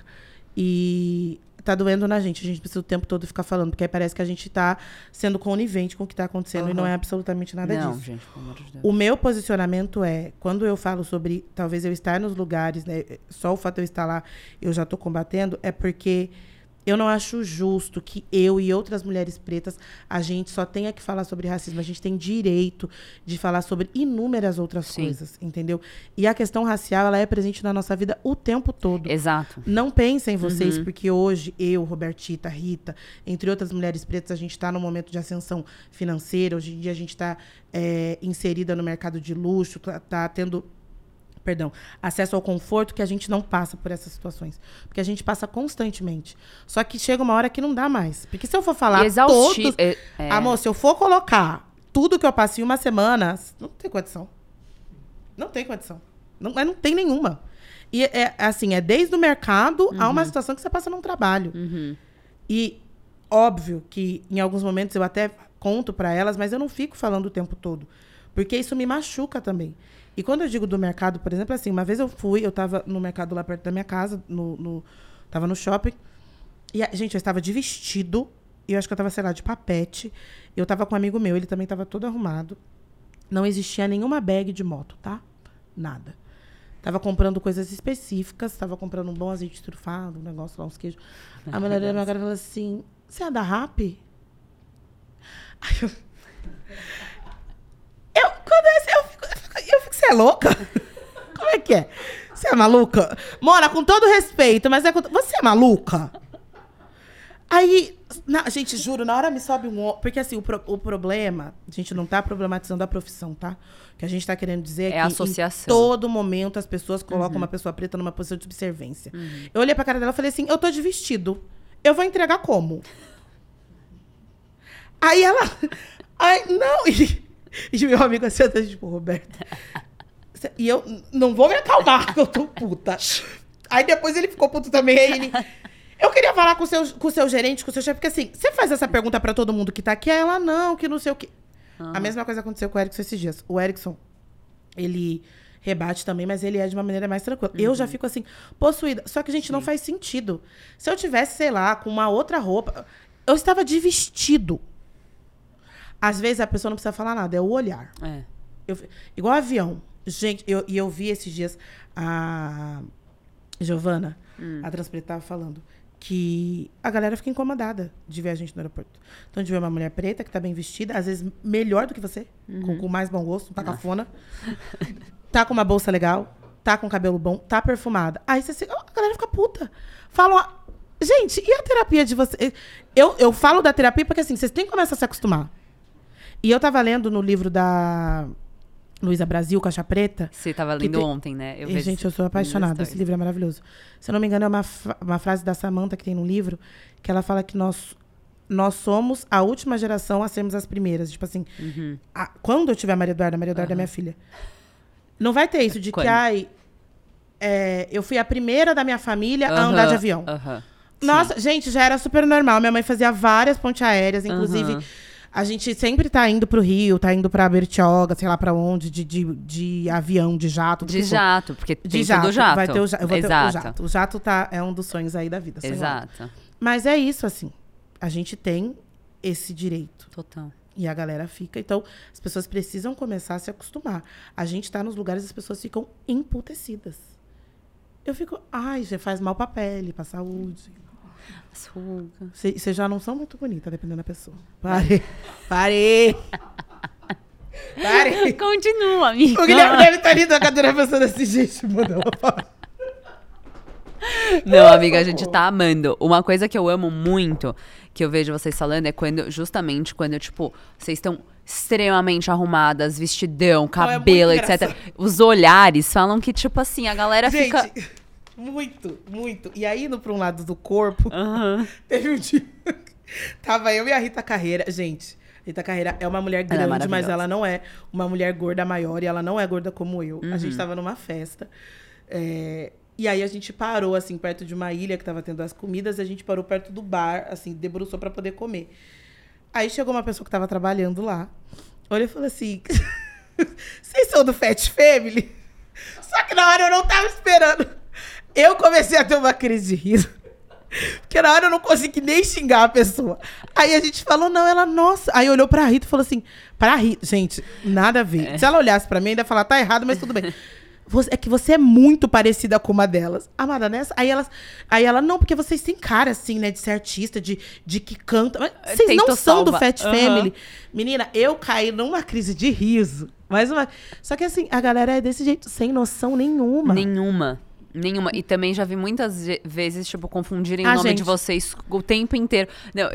E tá doendo na gente. A gente precisa o tempo todo ficar falando, porque aí parece que a gente tá sendo conivente com o que tá acontecendo e não é absolutamente nada disso. Não, gente, pelo amor de Deus. O meu posicionamento quando eu falo sobre talvez eu estar nos lugares, né, só o fato de eu estar lá, eu já tô combatendo, é porque eu não acho justo que eu e outras mulheres pretas, a gente só tenha que falar sobre racismo. A gente tem direito de falar sobre inúmeras outras coisas, entendeu? E a questão racial, ela é presente na nossa vida o tempo todo. Exato. Não pensem vocês, porque hoje eu, Robertita, Rita, entre outras mulheres pretas, a gente está num momento de ascensão financeira. Hoje em dia a gente está inserida no mercado de luxo, tá tendo... acesso ao conforto, que a gente não passa por essas situações. Porque a gente passa constantemente. Só que chega uma hora que não dá mais. Porque se eu for falar todos... Amor, se eu for colocar tudo que eu passei em uma semana, não tem condição. Não tem condição. Não tem nenhuma. E é desde o mercado a uma situação que você passa num trabalho. E óbvio que em alguns momentos eu até conto para elas, mas eu não fico falando o tempo todo. Porque isso me machuca também. E quando eu digo do mercado, por exemplo, assim, uma vez eu tava no mercado lá perto da minha casa, tava no shopping, e, gente, eu estava de vestido, e eu acho que eu tava, sei lá, de papete, eu tava com um amigo meu, ele também tava todo arrumado, não existia nenhuma bag de moto, tá? Nada. Tava comprando coisas específicas, tava comprando um bom azeite trufado, um negócio lá, uns queijos. A mulher da minha cara falou assim, você é da Rappi? Aí eu fico, você é louca? Como é que é? Você é maluca? Mora, com todo respeito, mas você é maluca? Aí, gente, juro, na hora me sobe porque assim, o problema, a gente não tá problematizando a profissão, tá? O que a gente tá querendo dizer é que associação. Em todo momento as pessoas colocam uma pessoa preta numa posição de subserviência. Eu olhei pra cara dela e falei assim, eu tô de vestido. Eu vou entregar como? Aí ela... Ai, não... E meu amigo assim, tipo, Roberto... E eu não vou me acalmar, que eu tô puta. Aí depois ele ficou puto também, aí ele... Eu queria falar com o seu gerente, com o seu chefe, porque assim, você faz essa pergunta pra todo mundo que tá aqui, ela não, que não sei o quê. A mesma coisa aconteceu com o Erickson esses dias. O Erickson, ele rebate também, mas ele é de uma maneira mais tranquila. Eu já fico assim, possuída. Só que, gente, não faz sentido. Se eu tivesse, sei lá, com uma outra roupa... Eu estava de vestido. Às vezes a pessoa não precisa falar nada, é o olhar. Igual avião. Gente, eu vi esses dias a Giovana, a Transpreta, tava falando que a galera fica incomodada de ver a gente no aeroporto. Então, de ver uma mulher preta que tá bem vestida, às vezes melhor do que você, com mais bom gosto, não tá cafona, tá com uma bolsa legal, tá com cabelo bom, tá perfumada. Aí a galera fica puta. Falam, Gente, e a terapia de você? Eu falo da terapia porque, assim, vocês têm que começar a se acostumar. E eu tava lendo no livro da Luísa Brasil, Caixa Preta. Você tava lendo ontem, né? E, gente, eu sou apaixonada. Esse livro é maravilhoso. Se eu não me engano, é uma frase da Samantha que tem no livro, que ela fala que nós somos a última geração a sermos as primeiras. Tipo assim, quando eu tiver a Maria Eduarda é minha filha. Não vai ter isso de que, eu fui a primeira da minha família a andar de avião. Nossa, gente, já era super normal. Minha mãe fazia várias pontes aéreas, inclusive... A gente sempre tá indo pro Rio, tá indo pra Bertioga, sei lá pra onde, de avião, de jato. De jato, porque tem jato. tudo jato. Vai ter eu vou ter o Exato. jato. O jato é um dos sonhos aí da vida. Exato. Mas é isso, assim. A gente tem esse direito. Total. E a galera fica. Então, as pessoas precisam começar a se acostumar. A gente tá nos lugares e as pessoas ficam emputecidas. Eu fico, já faz mal pra pele, pra saúde. Vocês já não são muito bonitas, dependendo da pessoa. Parei. Continua, amiga. O Guilherme deve estar ali na cadeira pensando assim, gente, manda ela parar. Não, amiga, a gente tá amando. Uma coisa que eu amo muito, que eu vejo vocês falando, é justamente quando, tipo, vocês estão extremamente arrumadas, vestidão, cabelo, etc. Os olhares falam que, tipo assim, a galera fica... Muito, muito. E aí, indo pra um lado do corpo, teve um dia... Tava eu e a Rita Carreira. Gente, Rita Carreira é uma mulher grande, mas ela não é uma mulher gorda maior. E ela não é gorda como eu. A gente tava numa festa. E aí, a gente parou, assim, perto de uma ilha que tava tendo as comidas. A gente parou perto do bar, assim, debruçou pra poder comer. Aí, chegou uma pessoa que tava trabalhando lá. Olha e falou assim... Vocês são do Fat Family? Só que na hora eu não tava esperando. Eu comecei a ter uma crise de riso. Porque na hora eu não consegui nem xingar a pessoa. Aí a gente falou, não, ela, nossa. Aí olhou pra Rita e falou assim, pra Rita, gente, nada a ver. Se ela olhasse pra mim, ainda ia falar, tá errado, mas tudo bem. É que você é muito parecida com uma delas. Amada, nessa? Aí ela, não, porque vocês têm cara, assim, né, de ser artista, de que canta. Mas vocês não são do Fat Family. Menina, eu caí numa crise de riso. Só que assim, a galera é desse jeito, sem noção nenhuma. Nenhuma. E também já vi muitas vezes, tipo, confundirem o nome de vocês o tempo inteiro. Não,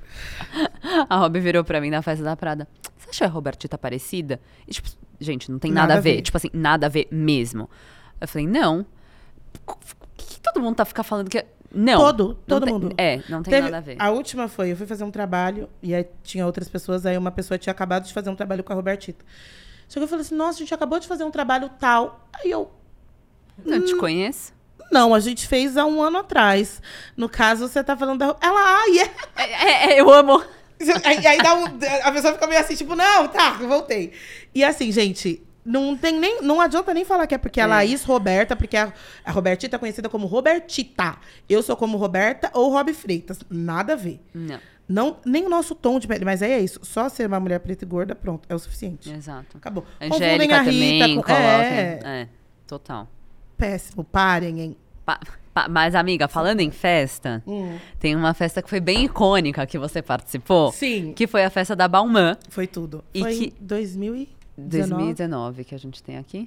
a Rob virou pra mim na festa da Prada. Você acha a Robertita parecida? E, tipo, gente, não tem nada a ver. Tipo assim, nada a ver mesmo. Eu falei, não. Que todo mundo fica falando que... Não. Todo mundo. Não tem nada a ver. A última foi, eu fui fazer um trabalho, e aí tinha outras pessoas, aí uma pessoa tinha acabado de fazer um trabalho com a Robertita. Chegou e falou assim, nossa, a gente acabou de fazer um trabalho tal. Aí eu... Eu te conheço? Não, a gente fez há 1 ano atrás. No caso, você tá falando da... Ela, eu amo. Aí a pessoa fica meio assim, tipo, não, tá, eu voltei. E assim, gente, não adianta nem falar que é porque a Laís Roberta, porque a Robertita é conhecida como Robertita. Eu sou como Roberta ou Rob Freitas. Nada a ver. Não, nem o nosso tom de pele, mas é isso. Só ser uma mulher preta e gorda, pronto, é o suficiente. Exato. Acabou. Angélica a Rita, também, coloquem. Total. Péssimo, parem, hein? Mas, amiga, falando em festa, tem uma festa que foi bem icônica que você participou. Sim. Que foi a festa da Balmain. Foi tudo. Foi em 2019 que a gente tem aqui.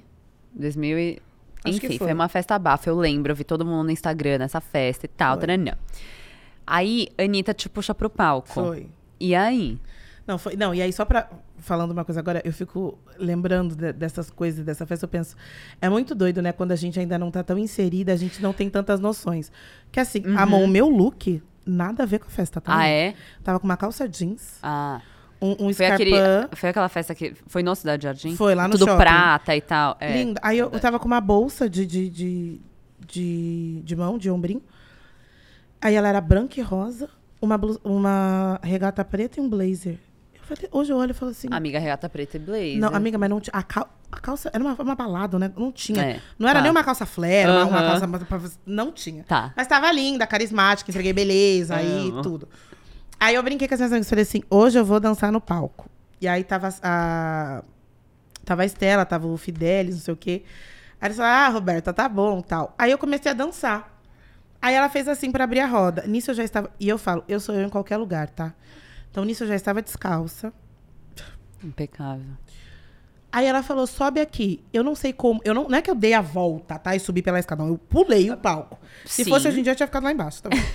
Enfim, foi uma festa abafa, eu lembro. Eu vi todo mundo no Instagram nessa festa e tal. Aí, a Anitta te puxa pro palco. Foi. E aí? Não, e aí só falando uma coisa agora, eu fico lembrando dessas coisas, dessa festa, eu penso, é muito doido, né? Quando a gente ainda não tá tão inserida, a gente não tem tantas noções. Que assim, o meu look, nada a ver com a festa, tá? Ah, é? Tava com uma calça jeans. Um foi escarpão. Foi aquela festa que foi no Cidade Jardim? Foi, lá no Tudo shopping. prata e tal. Linda. Aí eu tava com uma bolsa de mão, de ombrinho. Aí ela era branca e rosa, uma regata preta e um blazer. Hoje eu olho e falo assim... Amiga, regata preta e blazer. Não, amiga, mas não tinha... A calça era uma balada, né? Não tinha. Não era nem uma calça flare, uma calça... Não tinha. Tá. Mas tava linda, carismática, entreguei beleza, aí tudo. Aí eu brinquei com as minhas amigas e falei assim, hoje eu vou dançar no palco. E aí tava a Estela, tava o Fidelis, não sei o quê. Aí eles falaram, Roberta, tá bom, tal. Aí eu comecei a dançar. Aí ela fez assim pra abrir a roda. Nisso eu já estava... E eu falo, eu sou eu em qualquer lugar, tá? Então, nisso eu já estava descalça. Impecável. Aí ela falou, sobe aqui. Eu não sei como... Não é que eu dei a volta, tá? E subi pela escada. Não, eu pulei o palco. Se fosse hoje em dia, eu tinha ficado lá embaixo. Tá bom?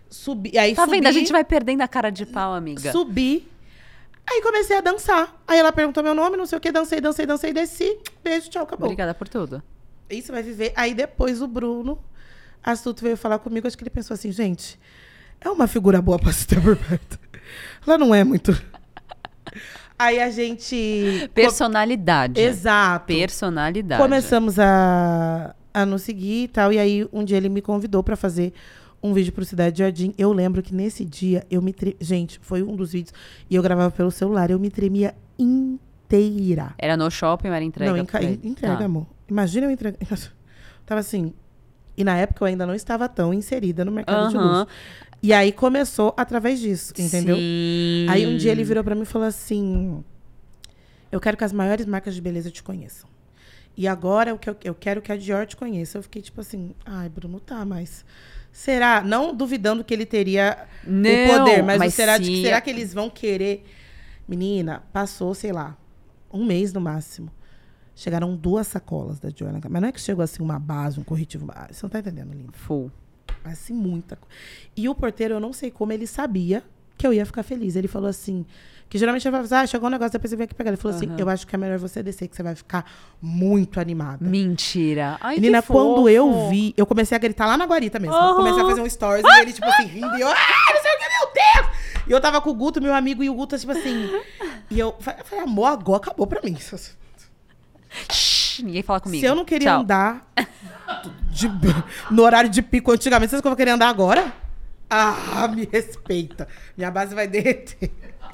Subi, aí Tá subi, vendo? A gente vai perdendo a cara de pau, amiga. Subi. Aí comecei a dançar. Aí ela perguntou meu nome, não sei o que, dancei, desci. Beijo, tchau, acabou. Obrigada por tudo. Isso vai viver. Aí depois o Bruno Astuto veio falar comigo, acho que ele pensou assim, gente, é uma figura boa pra se ter por perto. Ela não é muito... Aí a gente... Personalidade. Exato. Personalidade. Começamos a nos seguir e tal. E aí, um dia ele me convidou pra fazer um vídeo pro Cidade Jardim. Eu lembro que nesse dia, eu me... Gente, foi um dos vídeos. E eu gravava pelo celular. Eu me tremia inteira. Era no shopping ou era entrega? Não, entrega, Tá. amor. Imagina eu entregar... Tava assim... E na época eu ainda não estava tão inserida no mercado de luxo. E aí começou através disso, entendeu? Sim. Aí um dia ele virou pra mim e falou assim... Eu quero que as maiores marcas de beleza te conheçam. E agora eu quero que a Dior te conheça. Eu fiquei tipo assim... Ai, Bruno, tá, mas... Será? Não duvidando que ele teria o poder. Mas será que eles vão querer... Menina, passou, sei lá, um mês no máximo. Chegaram 2 sacolas da Dior. Mas não é que chegou assim uma base, um corretivo. Você não tá entendendo, linda. Full. Assim, muita coisa. E o porteiro, eu não sei como, ele sabia que eu ia ficar feliz. Ele falou assim... Que geralmente eu falo, chegou um negócio, depois você vem aqui pegar. Ele falou assim, eu acho que é melhor você descer, que você vai ficar muito animada. Mentira. Ai, menina, que fofo. quando eu vi, eu comecei a gritar lá na guarita mesmo. Eu comecei a fazer um stories e ele, tipo assim, rindo. E eu, não sei o que, meu Deus! E eu tava com o Guto, meu amigo, e o Guto, tipo assim... E eu falei, amor, agora acabou pra mim. Shhh, ninguém fala comigo. Se eu não queria Tchau. andar no horário de pico antigamente, vocês que eu vou querer andar agora? Ah, me respeita. Minha base vai derreter.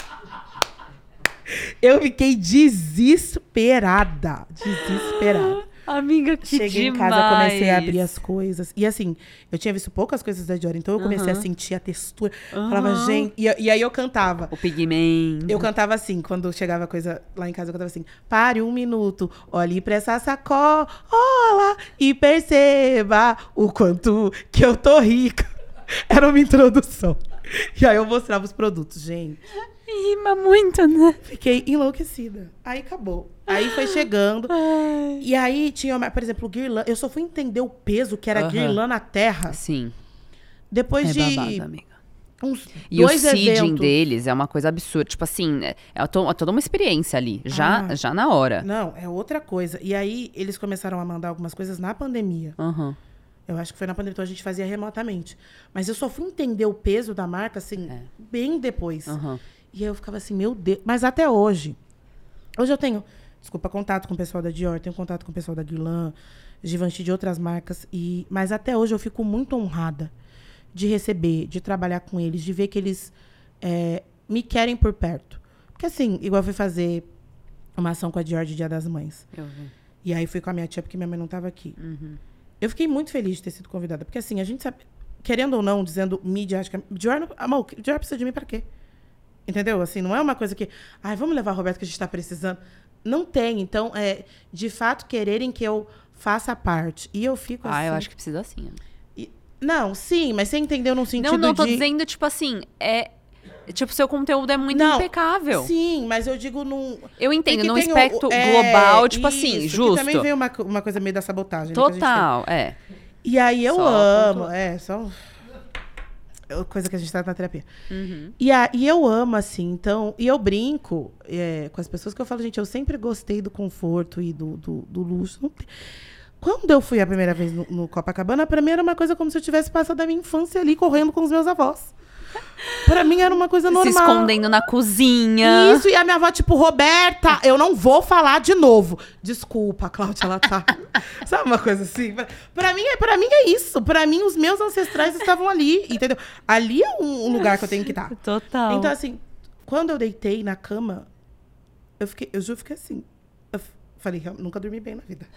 Eu fiquei desesperada. Amiga, que Cheguei demais. em casa, comecei a abrir as coisas. E assim, eu tinha visto poucas coisas da Dior, então eu comecei a sentir a textura. Falava, gente... E aí eu cantava. O pigmento. Eu cantava assim, quando chegava coisa lá em casa, eu cantava assim: pare um minuto, olhe pra essa sacola e perceba o quanto que eu tô rica. Era uma introdução. E aí eu mostrava os produtos, gente. Rima muito, né? Fiquei enlouquecida. Aí acabou. Aí foi chegando. E aí tinha, por exemplo, guirlanda. Eu só fui entender o peso que era guirlanda na terra. Sim. Depois de babado, amiga. uns E o 2 seeding eventos. deles é uma coisa absurda. Tipo assim, é toda uma experiência ali. Já na hora. Não, é outra coisa. E aí eles começaram a mandar algumas coisas na pandemia. Eu acho que foi na pandemia, então a gente fazia remotamente. Mas eu só fui entender o peso da marca, assim, bem depois. E aí eu ficava assim, meu Deus. Mas até hoje. Hoje eu tenho, desculpa, contato com o pessoal da Dior, tenho contato com o pessoal da Guerlain, Givenchy, de outras marcas. Mas até hoje eu fico muito honrada de receber, de trabalhar com eles, de ver que eles me querem por perto. Porque assim, igual eu fui fazer uma ação com a Dior de Dia das Mães. Eu vi. E aí fui com a minha tia, porque minha mãe não estava aqui. Eu fiquei muito feliz de ter sido convidada. Porque assim, a gente sabe, querendo ou não, dizendo midiática, Dior precisa de mim pra quê? Entendeu? Assim, não é uma coisa que... Ai, vamos levar a Roberta que a gente tá precisando. Não tem. Então, de fato, quererem que eu faça parte. E eu fico assim... eu acho que precisa sim. Não, sim, mas você entendeu no sentido Não tô de... dizendo, tipo assim, tipo, seu conteúdo é muito impecável. Sim, mas eu digo num... Eu entendo, Porque num tem aspecto global, tipo isso, assim, que justo. também veio uma coisa meio da sabotagem. Total, né, que a gente tem. E aí eu Só amo, só... Coisa que a gente tá na terapia. E eu amo, assim, então... E eu brinco com as pessoas que eu falo, gente, eu sempre gostei do conforto e do luxo. Não tem... Quando eu fui a primeira vez no Copacabana, pra mim era uma coisa como se eu tivesse passado a minha infância ali, correndo com os meus avós. Pra mim era uma coisa normal. Se escondendo na cozinha. Isso, e a minha avó, tipo, Roberta, eu não vou falar de novo. Desculpa, Cláudia, ela tá... Sabe uma coisa assim? Pra mim é isso. Pra mim, os meus ancestrais estavam ali, entendeu? Ali é um lugar que eu tenho que estar. Total. Então, assim, quando eu deitei na cama, eu juro, fiquei assim. Eu falei, nunca dormi bem na vida.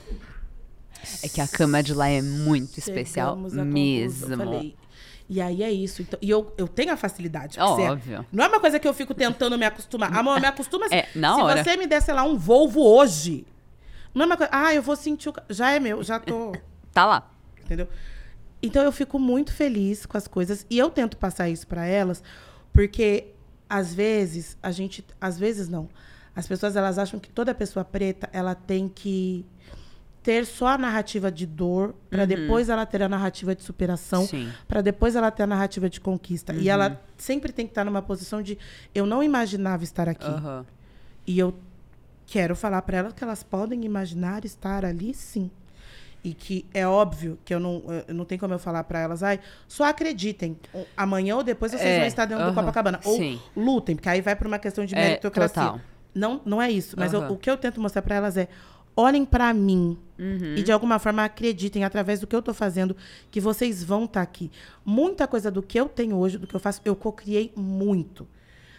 É que a cama de lá é muito especial Chegamos à mesmo. conclusão, falei. E aí é isso. Então, e eu tenho a facilidade. Óbvio. Não é uma coisa que eu fico tentando me acostumar. Amor, me acostuma assim. Na Se hora. você me der, sei lá, um Volvo hoje, não é uma coisa... eu vou sentir já é meu, já tô... Tá lá. Entendeu? Então eu fico muito feliz com as coisas. E eu tento passar isso pra elas, porque às vezes às vezes não. As pessoas, elas acham que toda pessoa preta, ela tem que ter só a narrativa de dor, para depois ela ter a narrativa de superação, para depois ela ter a narrativa de conquista. E ela sempre tem que estar numa posição de eu não imaginava estar aqui. E eu quero falar para elas que elas podem imaginar estar ali, sim. E que é óbvio que eu não tenho como eu falar para elas, só acreditem. Amanhã ou depois vocês vão estar dentro do Copacabana. Ou lutem, porque aí vai para uma questão de meritocracia. Total. Não é isso. Mas o que eu tento mostrar para elas é, olhem para mim e de alguma forma acreditem através do que eu tô fazendo que vocês vão estar aqui. Muita coisa do que eu tenho hoje, do que eu faço, eu cocriei muito.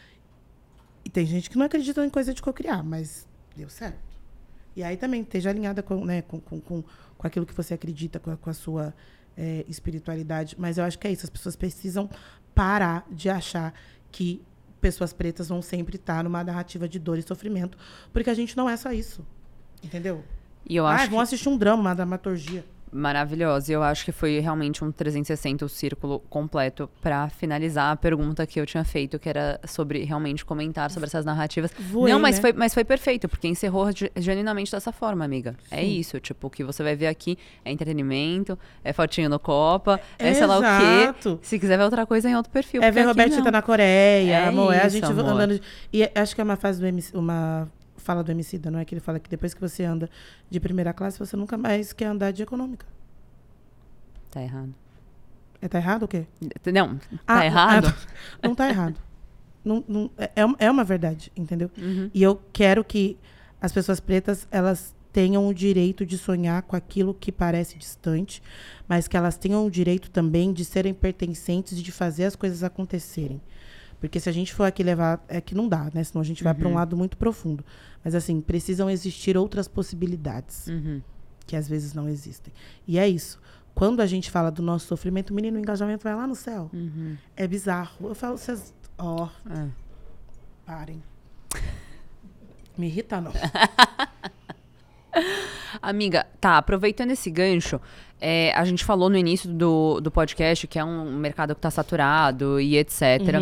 E tem gente que não acredita em coisa de cocriar, mas deu certo. E aí também esteja alinhada com aquilo que você acredita, com a sua espiritualidade. Mas eu acho que é isso. As pessoas precisam parar de achar que pessoas pretas vão sempre estar numa narrativa de dor e sofrimento. Porque a gente não é só isso. Entendeu? E eu acho vão assistir um drama, uma dramaturgia. Maravilhosa. E eu acho que foi realmente um 360, o círculo completo, para finalizar a pergunta que eu tinha feito, que era sobre realmente comentar sobre essas narrativas. Mas foi perfeito, porque encerrou genuinamente dessa forma, amiga. Sim. É isso, tipo, o que você vai ver aqui é entretenimento, é fotinho no Copa, sei lá o quê. Se quiser ver outra coisa, em outro perfil. É ver Robertita na Coreia, amor. A gente andando... E acho que é uma fase do MC, uma fala do Emicida, não é? Que ele fala que depois que você anda de primeira classe, você nunca mais quer andar de econômica. Tá errado. Tá errado o quê? Não, tá errado? Não tá errado. É uma verdade, entendeu? E eu quero que as pessoas pretas, elas tenham o direito de sonhar com aquilo que parece distante, mas que elas tenham o direito também de serem pertencentes e de fazer as coisas acontecerem. Porque se a gente for aqui levar... É que não dá, né? Senão a gente vai para um lado muito profundo. Mas, assim, precisam existir outras possibilidades. Que às vezes não existem. E é isso. Quando a gente fala do nosso sofrimento, menino, o engajamento vai lá no céu. É bizarro. Eu falo, vocês... Parem. Me irrita, não. Amiga, aproveitando esse gancho, a gente falou no início do podcast que é um mercado que tá saturado e etc.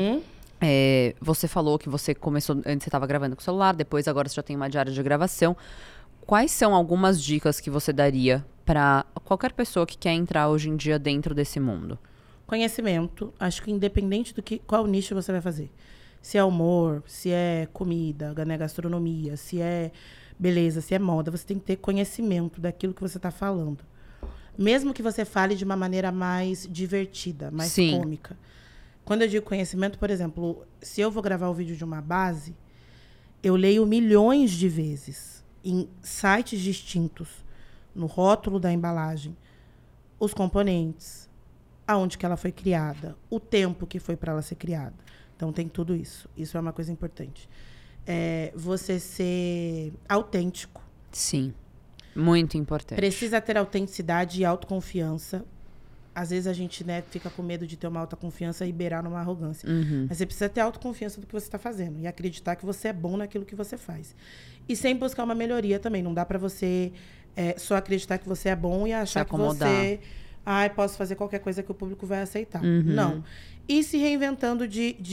Você falou que você começou, antes você estava gravando com o celular, depois agora você já tem uma diária de gravação. Quais são algumas dicas que você daria para qualquer pessoa que quer entrar hoje em dia dentro desse mundo? Conhecimento. Acho que independente qual nicho você vai fazer. Se é humor, se é comida, né, gastronomia, se é beleza, se é moda, você tem que ter conhecimento daquilo que você está falando. Mesmo que você fale de uma maneira mais divertida, mais cômica. Quando eu digo conhecimento, por exemplo, se eu vou gravar o vídeo de uma base, eu leio milhões de vezes em sites distintos, no rótulo da embalagem, os componentes, aonde que ela foi criada, o tempo que foi para ela ser criada. Então, tem tudo isso. Isso é uma coisa importante. Você ser autêntico. Sim, muito importante. Precisa ter autenticidade e autoconfiança. Às vezes a gente, né, fica com medo de ter uma alta confiança e beirar numa arrogância. Mas você precisa ter autoconfiança do que você está fazendo e acreditar que você é bom naquilo que você faz. E sem buscar uma melhoria também. Não dá para você só acreditar que você é bom e achar que você... posso fazer qualquer coisa que o público vai aceitar. Não. E se reinventando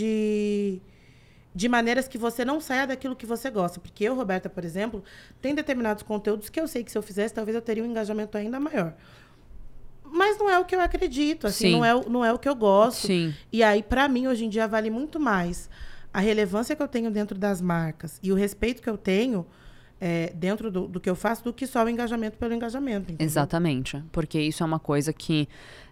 de maneiras que você não saia daquilo que você gosta. Porque eu, Roberta, por exemplo, tem determinados conteúdos que eu sei que se eu fizesse, talvez eu teria um engajamento ainda maior. Mas não é o que eu acredito, assim, não é o que eu gosto. Sim. E aí, para mim, hoje em dia, vale muito mais a relevância que eu tenho dentro das marcas e o respeito que eu tenho dentro do que eu faço do que só o engajamento pelo engajamento. Entendeu? Exatamente. Porque isso é uma coisa que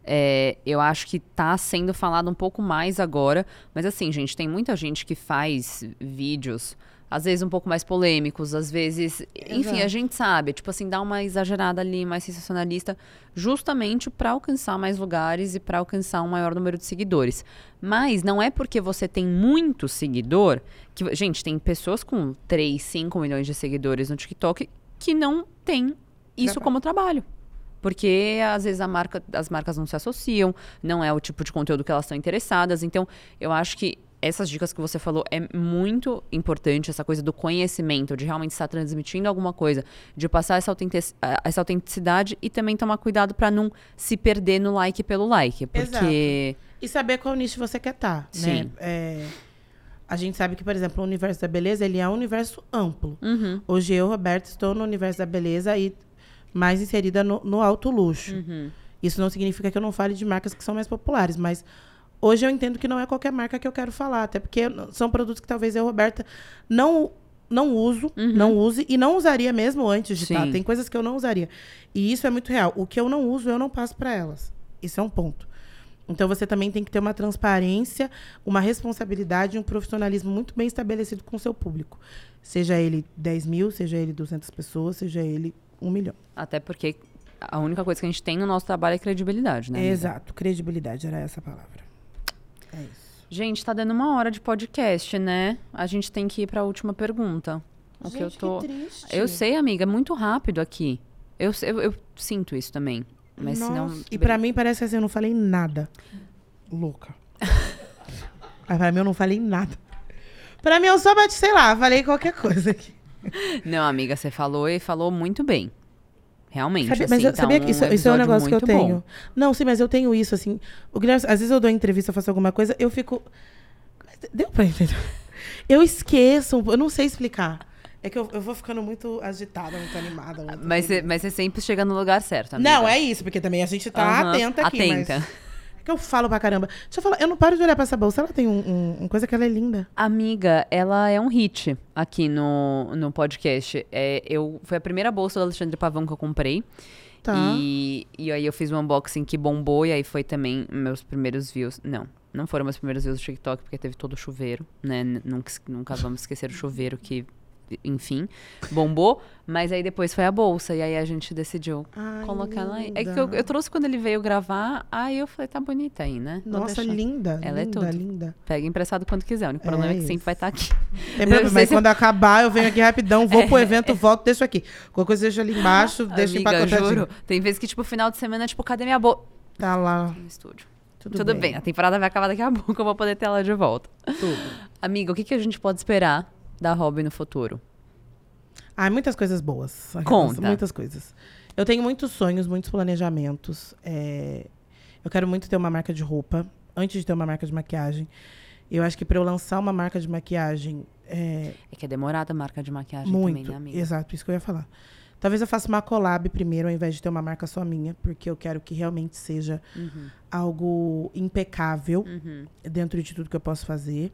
eu acho que tá sendo falado um pouco mais agora. Mas assim, gente, tem muita gente que faz vídeos... Às vezes um pouco mais polêmicos, às vezes... Enfim, a gente sabe. Tipo assim, dá uma exagerada ali, mais sensacionalista. Justamente para alcançar mais lugares e para alcançar um maior número de seguidores. Mas não é porque você tem muito seguidor... Gente, tem pessoas com 3, 5 milhões de seguidores no TikTok que não tem isso como trabalho. Porque, às vezes, as marcas não se associam. Não é o tipo de conteúdo que elas estão interessadas. Então, eu acho que... Essas dicas que você falou é muito importante, essa coisa do conhecimento, de realmente estar transmitindo alguma coisa, de passar essa autenticidade e também tomar cuidado para não se perder no like pelo like. Porque... Exato. E saber qual nicho você quer estar, né? Sim. A gente sabe que, por exemplo, o universo da beleza, ele é um universo amplo. Hoje eu, Roberta, estou no universo da beleza e mais inserida no alto luxo. Uhum. Isso não significa que eu não fale de marcas que são mais populares, mas hoje eu entendo que não é qualquer marca que eu quero falar, até porque são produtos que talvez eu, Roberta, não uso, não use e não usaria mesmo antes de estar. Tem coisas que eu não usaria. E isso é muito real. O que eu não uso, eu não passo para elas. Isso é um ponto. Então, você também tem que ter uma transparência, uma responsabilidade e um profissionalismo muito bem estabelecido com o seu público. Seja ele 10 mil, seja ele 200 pessoas, seja ele 1 milhão. Até porque a única coisa que a gente tem no nosso trabalho é credibilidade, né, amiga? Exato. Credibilidade era essa a palavra. É isso. Gente, tá dando 1 hora de podcast, né? A gente tem que ir pra última pergunta. Gente, que triste. Eu sei, amiga, é muito rápido aqui. Eu sinto isso também. Mas Nossa. senão... E pra mim parece assim, eu não falei nada. Louca. Mas pra mim eu não falei nada. Pra mim eu só bati, sei lá, falei qualquer coisa aqui. Não, amiga, você falou e falou muito bem. Realmente, Sabia, assim, mas eu, sabia que isso é um negócio que eu tenho. Bom. Não, sim, mas eu tenho isso, assim. O Guilherme, às vezes eu dou entrevista, eu faço alguma coisa, eu fico... Deu pra entender? Eu esqueço, eu não sei explicar. É que eu vou ficando muito agitada, muito animada. Muito Mas você sempre chega no lugar certo, amiga. Não, é isso, porque também a gente tá atenta aqui. Atenta. Mas é que eu falo pra caramba. Deixa eu falar, eu não paro de olhar pra essa bolsa. Ela tem uma coisa que ela é linda. Amiga, ela é um hit aqui no podcast. Foi a primeira bolsa do Alexandre Pavão que eu comprei. Tá. E aí eu fiz um unboxing que bombou, e aí foi também meus primeiros views. Não foram meus primeiros views do TikTok, porque teve todo o chuveiro, né? Nunca vamos esquecer o chuveiro que... Enfim, bombou, mas aí depois foi a bolsa, e aí a gente decidiu colocar ela aí. É que eu trouxe quando ele veio gravar, aí eu falei, tá bonita aí, né? Nossa, linda. Ela linda, é tudo. Linda. Pega emprestado quando quiser, o único problema é que sempre vai estar aqui. Tem problema, mas quando acabar, eu venho aqui rapidão, vou pro evento, volto, deixo aqui. Qualquer coisa deixa ali embaixo, deixa empacotadinho. Juro, tem vezes que, tipo, final de semana, tipo, cadê minha bolsa? Tá lá. No estúdio. Tudo bem, a temporada vai acabar daqui a pouco, eu vou poder ter ela de volta. Tudo. Amiga, o que a gente pode esperar da Robin no futuro? Muitas coisas boas. Conta. Muitas coisas. Eu tenho muitos sonhos, muitos planejamentos. Eu quero muito ter uma marca de roupa, antes de ter uma marca de maquiagem. Eu acho que para eu lançar uma marca de maquiagem... É que é demorada a marca de maquiagem muito, também, né, amiga? Exato, isso que eu ia falar. Talvez eu faça uma collab primeiro, ao invés de ter uma marca só minha, porque eu quero que realmente seja algo impecável dentro de tudo que eu posso fazer.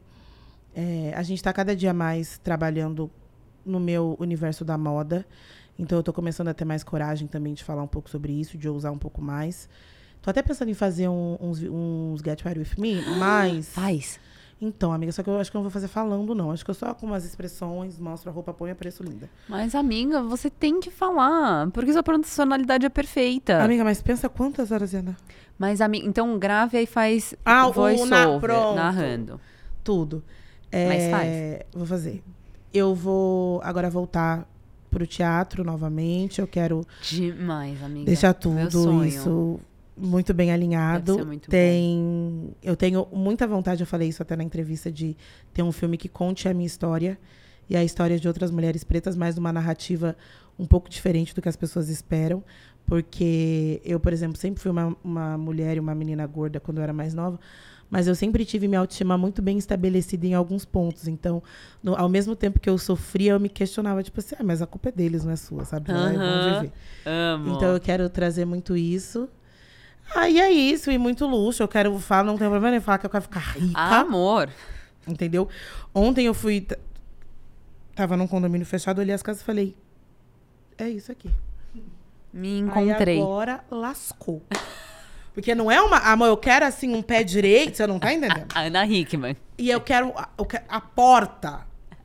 A gente está cada dia mais trabalhando no meu universo da moda. Então, eu tô começando a ter mais coragem também de falar um pouco sobre isso, de ousar um pouco mais. Tô até pensando em fazer uns Get Ready With Me, mas... Faz. Então, amiga, só que eu acho que eu não vou fazer falando, não. Acho que eu só com umas expressões, mostro a roupa, põe a preço linda. Mas, amiga, você tem que falar, porque sua personalidade é perfeita. Amiga, mas pensa quantas horas ia dar. Mas, amiga, então grave e faz voice-over, narrando. Tudo. Mas faz. Vou fazer. Eu vou agora voltar pro teatro novamente. Eu quero demais, amiga. deixar tudo Meu sonho. isso muito bem alinhado. Deve ser muito bom. Eu tenho muita vontade, eu falei isso até na entrevista, de ter um filme que conte a minha história e a história de outras mulheres pretas, mas numa narrativa um pouco diferente do que as pessoas esperam. Porque eu, por exemplo, sempre fui uma mulher e uma menina gorda quando eu era mais nova. Mas eu sempre tive minha autoestima muito bem estabelecida em alguns pontos. Então, ao mesmo tempo que eu sofria, eu me questionava, tipo assim, mas a culpa é deles, não é sua, sabe? Vão viver. Amo. Então, eu quero trazer muito isso. E é isso, e muito luxo. Eu quero falar, não tem problema nem falar que eu quero ficar rica. Amor. Entendeu? Ontem eu tava num condomínio fechado, olhei as casas e falei, é isso aqui. Me encontrei. Aí agora lascou. Porque não é amor, eu quero assim um pé direito, você não tá entendendo? Ana Hickman. E eu quero a porta.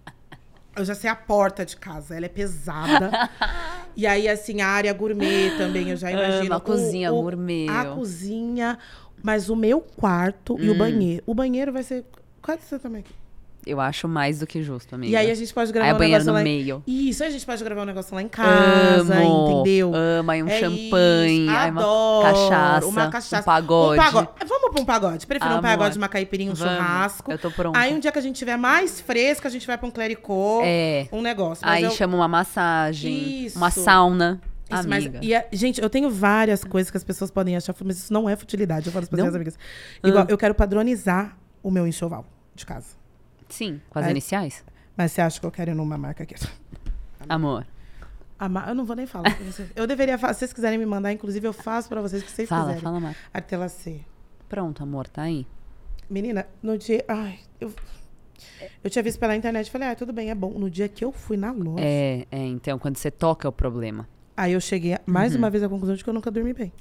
Eu já sei a porta de casa, ela é pesada. E aí, assim, a área gourmet também, eu já imagino. A cozinha gourmet. A cozinha, mas o meu quarto e o banheiro. O banheiro vai ser... Qual é você também aqui? Eu acho mais do que justo, amiga. E aí a gente pode gravar aí um banheiro negócio no lá meio. Isso, aí a gente pode gravar um negócio lá em casa, entendeu? Aí um champanhe, aí uma cachaça, um pagode. Vamos pra um pagode. Prefiro um pagode, uma caipirinha, um churrasco. Eu tô pronta. Aí um dia que a gente tiver mais fresco, a gente vai pra um clericô, um negócio. Aí chama uma massagem, uma sauna. Isso, amiga. Gente, eu tenho várias coisas que as pessoas podem achar, mas isso não é futilidade. Eu falo para as minhas amigas. Igual, eu quero padronizar o meu enxoval de casa. Sim, com as iniciais. Mas você acha que eu quero ir numa marca aqui? Amor. Eu não vou nem falar pra vocês. Eu deveria falar. Se vocês quiserem me mandar, inclusive, eu faço pra vocês o que vocês quiserem. Fala, Mar. Artelacê. Pronto, amor, tá aí. Menina, no dia... Ai, eu tinha visto pela internet e falei, tudo bem, é bom. No dia que eu fui na loja... Então, quando você toca é o problema. Aí eu cheguei mais uma vez à conclusão de que eu nunca dormi bem.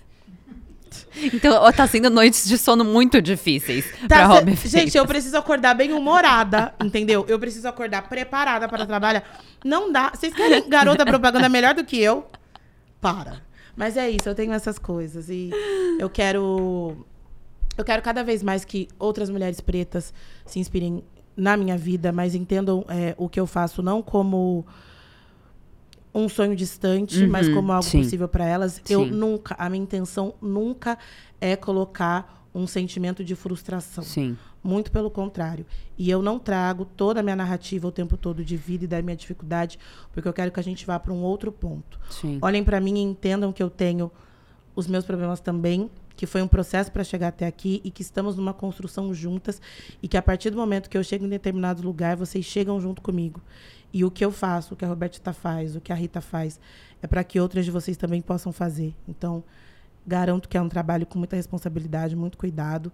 Então, tá sendo noites de sono muito difíceis pra Rob Freitas. Gente, eu preciso acordar bem humorada, entendeu? Eu preciso acordar preparada para trabalhar. Não dá. Vocês querem garota propaganda melhor do que eu? Para. Mas é isso, eu tenho essas coisas. E eu quero cada vez mais que outras mulheres pretas se inspirem na minha vida, mas entendam o que eu faço não como um sonho distante, mas como algo possível para elas. A minha intenção nunca é colocar um sentimento de frustração. Sim. Muito pelo contrário. E eu não trago toda a minha narrativa o tempo todo de vida e da minha dificuldade, porque eu quero que a gente vá para um outro ponto. Sim. Olhem para mim e entendam que eu tenho os meus problemas também, que foi um processo para chegar até aqui e que estamos numa construção juntas e que a partir do momento que eu chego em determinado lugar, vocês chegam junto comigo. E o que eu faço, o que a Roberta faz, o que a Rita faz, é para que outras de vocês também possam fazer. Então, garanto que é um trabalho com muita responsabilidade, muito cuidado.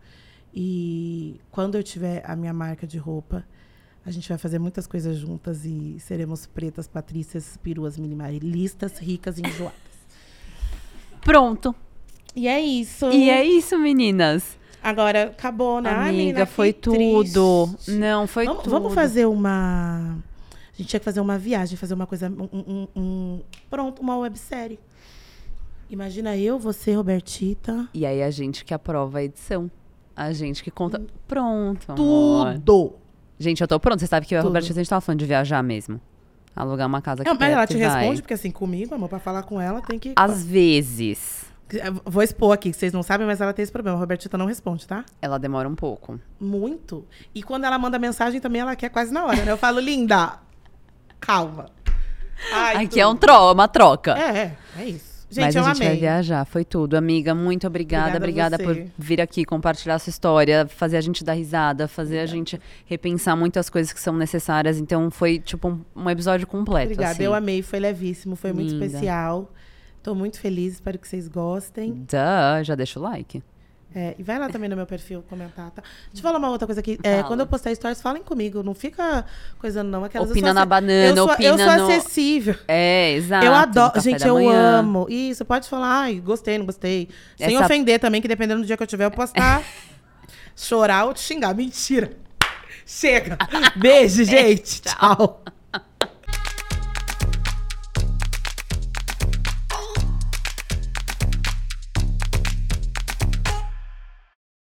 E quando eu tiver a minha marca de roupa, a gente vai fazer muitas coisas juntas e seremos pretas, patrícias, peruas minimalistas, ricas e enjoadas. Pronto. E é isso. E é isso, meninas. Agora, acabou, né? Amiga, menina, foi tudo. Triste. Não, foi tudo. Vamos fazer uma... A gente tinha que fazer uma viagem, fazer uma coisa... Pronto, uma websérie. Imagina eu, você, Robertita. E aí a gente que aprova a edição. A gente que conta... Pronto, amor. Tudo! Gente, eu tô pronta. Você sabe que eu e a Robertita, a gente tava falando de viajar mesmo. Alugar uma casa aqui Mas perto ela te e vai. responde, porque assim, comigo, amor, pra falar com ela, tem que... Às vezes. Vou expor aqui, que vocês não sabem, mas ela tem esse problema. A Robertita não responde, tá? Ela demora um pouco. Muito. E quando ela manda mensagem, também ela quer quase na hora, né? Eu falo, linda, calma. Ai, aqui é uma troca. É isso. Gente, mas eu a gente amei. vai viajar, foi tudo. Amiga, muito obrigada. Obrigada por vir aqui, compartilhar a sua história, fazer a gente dar risada, fazer a gente repensar muitas coisas que são necessárias. Então, foi tipo um episódio completo. Obrigada, assim. eu amei, foi levíssimo, foi muito especial. Tô muito feliz, espero que vocês gostem. Já deixa o like. E vai lá também no meu perfil comentar, tá? Deixa eu falar uma outra coisa aqui. Quando eu postar stories, falem comigo. Não fica coisando, não. Opina na banana, opina eu sou acessível. Exato. Eu adoro. Gente, eu amo. Isso, pode falar. Ai, gostei, não gostei. Sem ofender também, que dependendo do dia que eu tiver, eu postar. Chorar ou te xingar. Mentira. Chega. Beijo, gente. Tchau.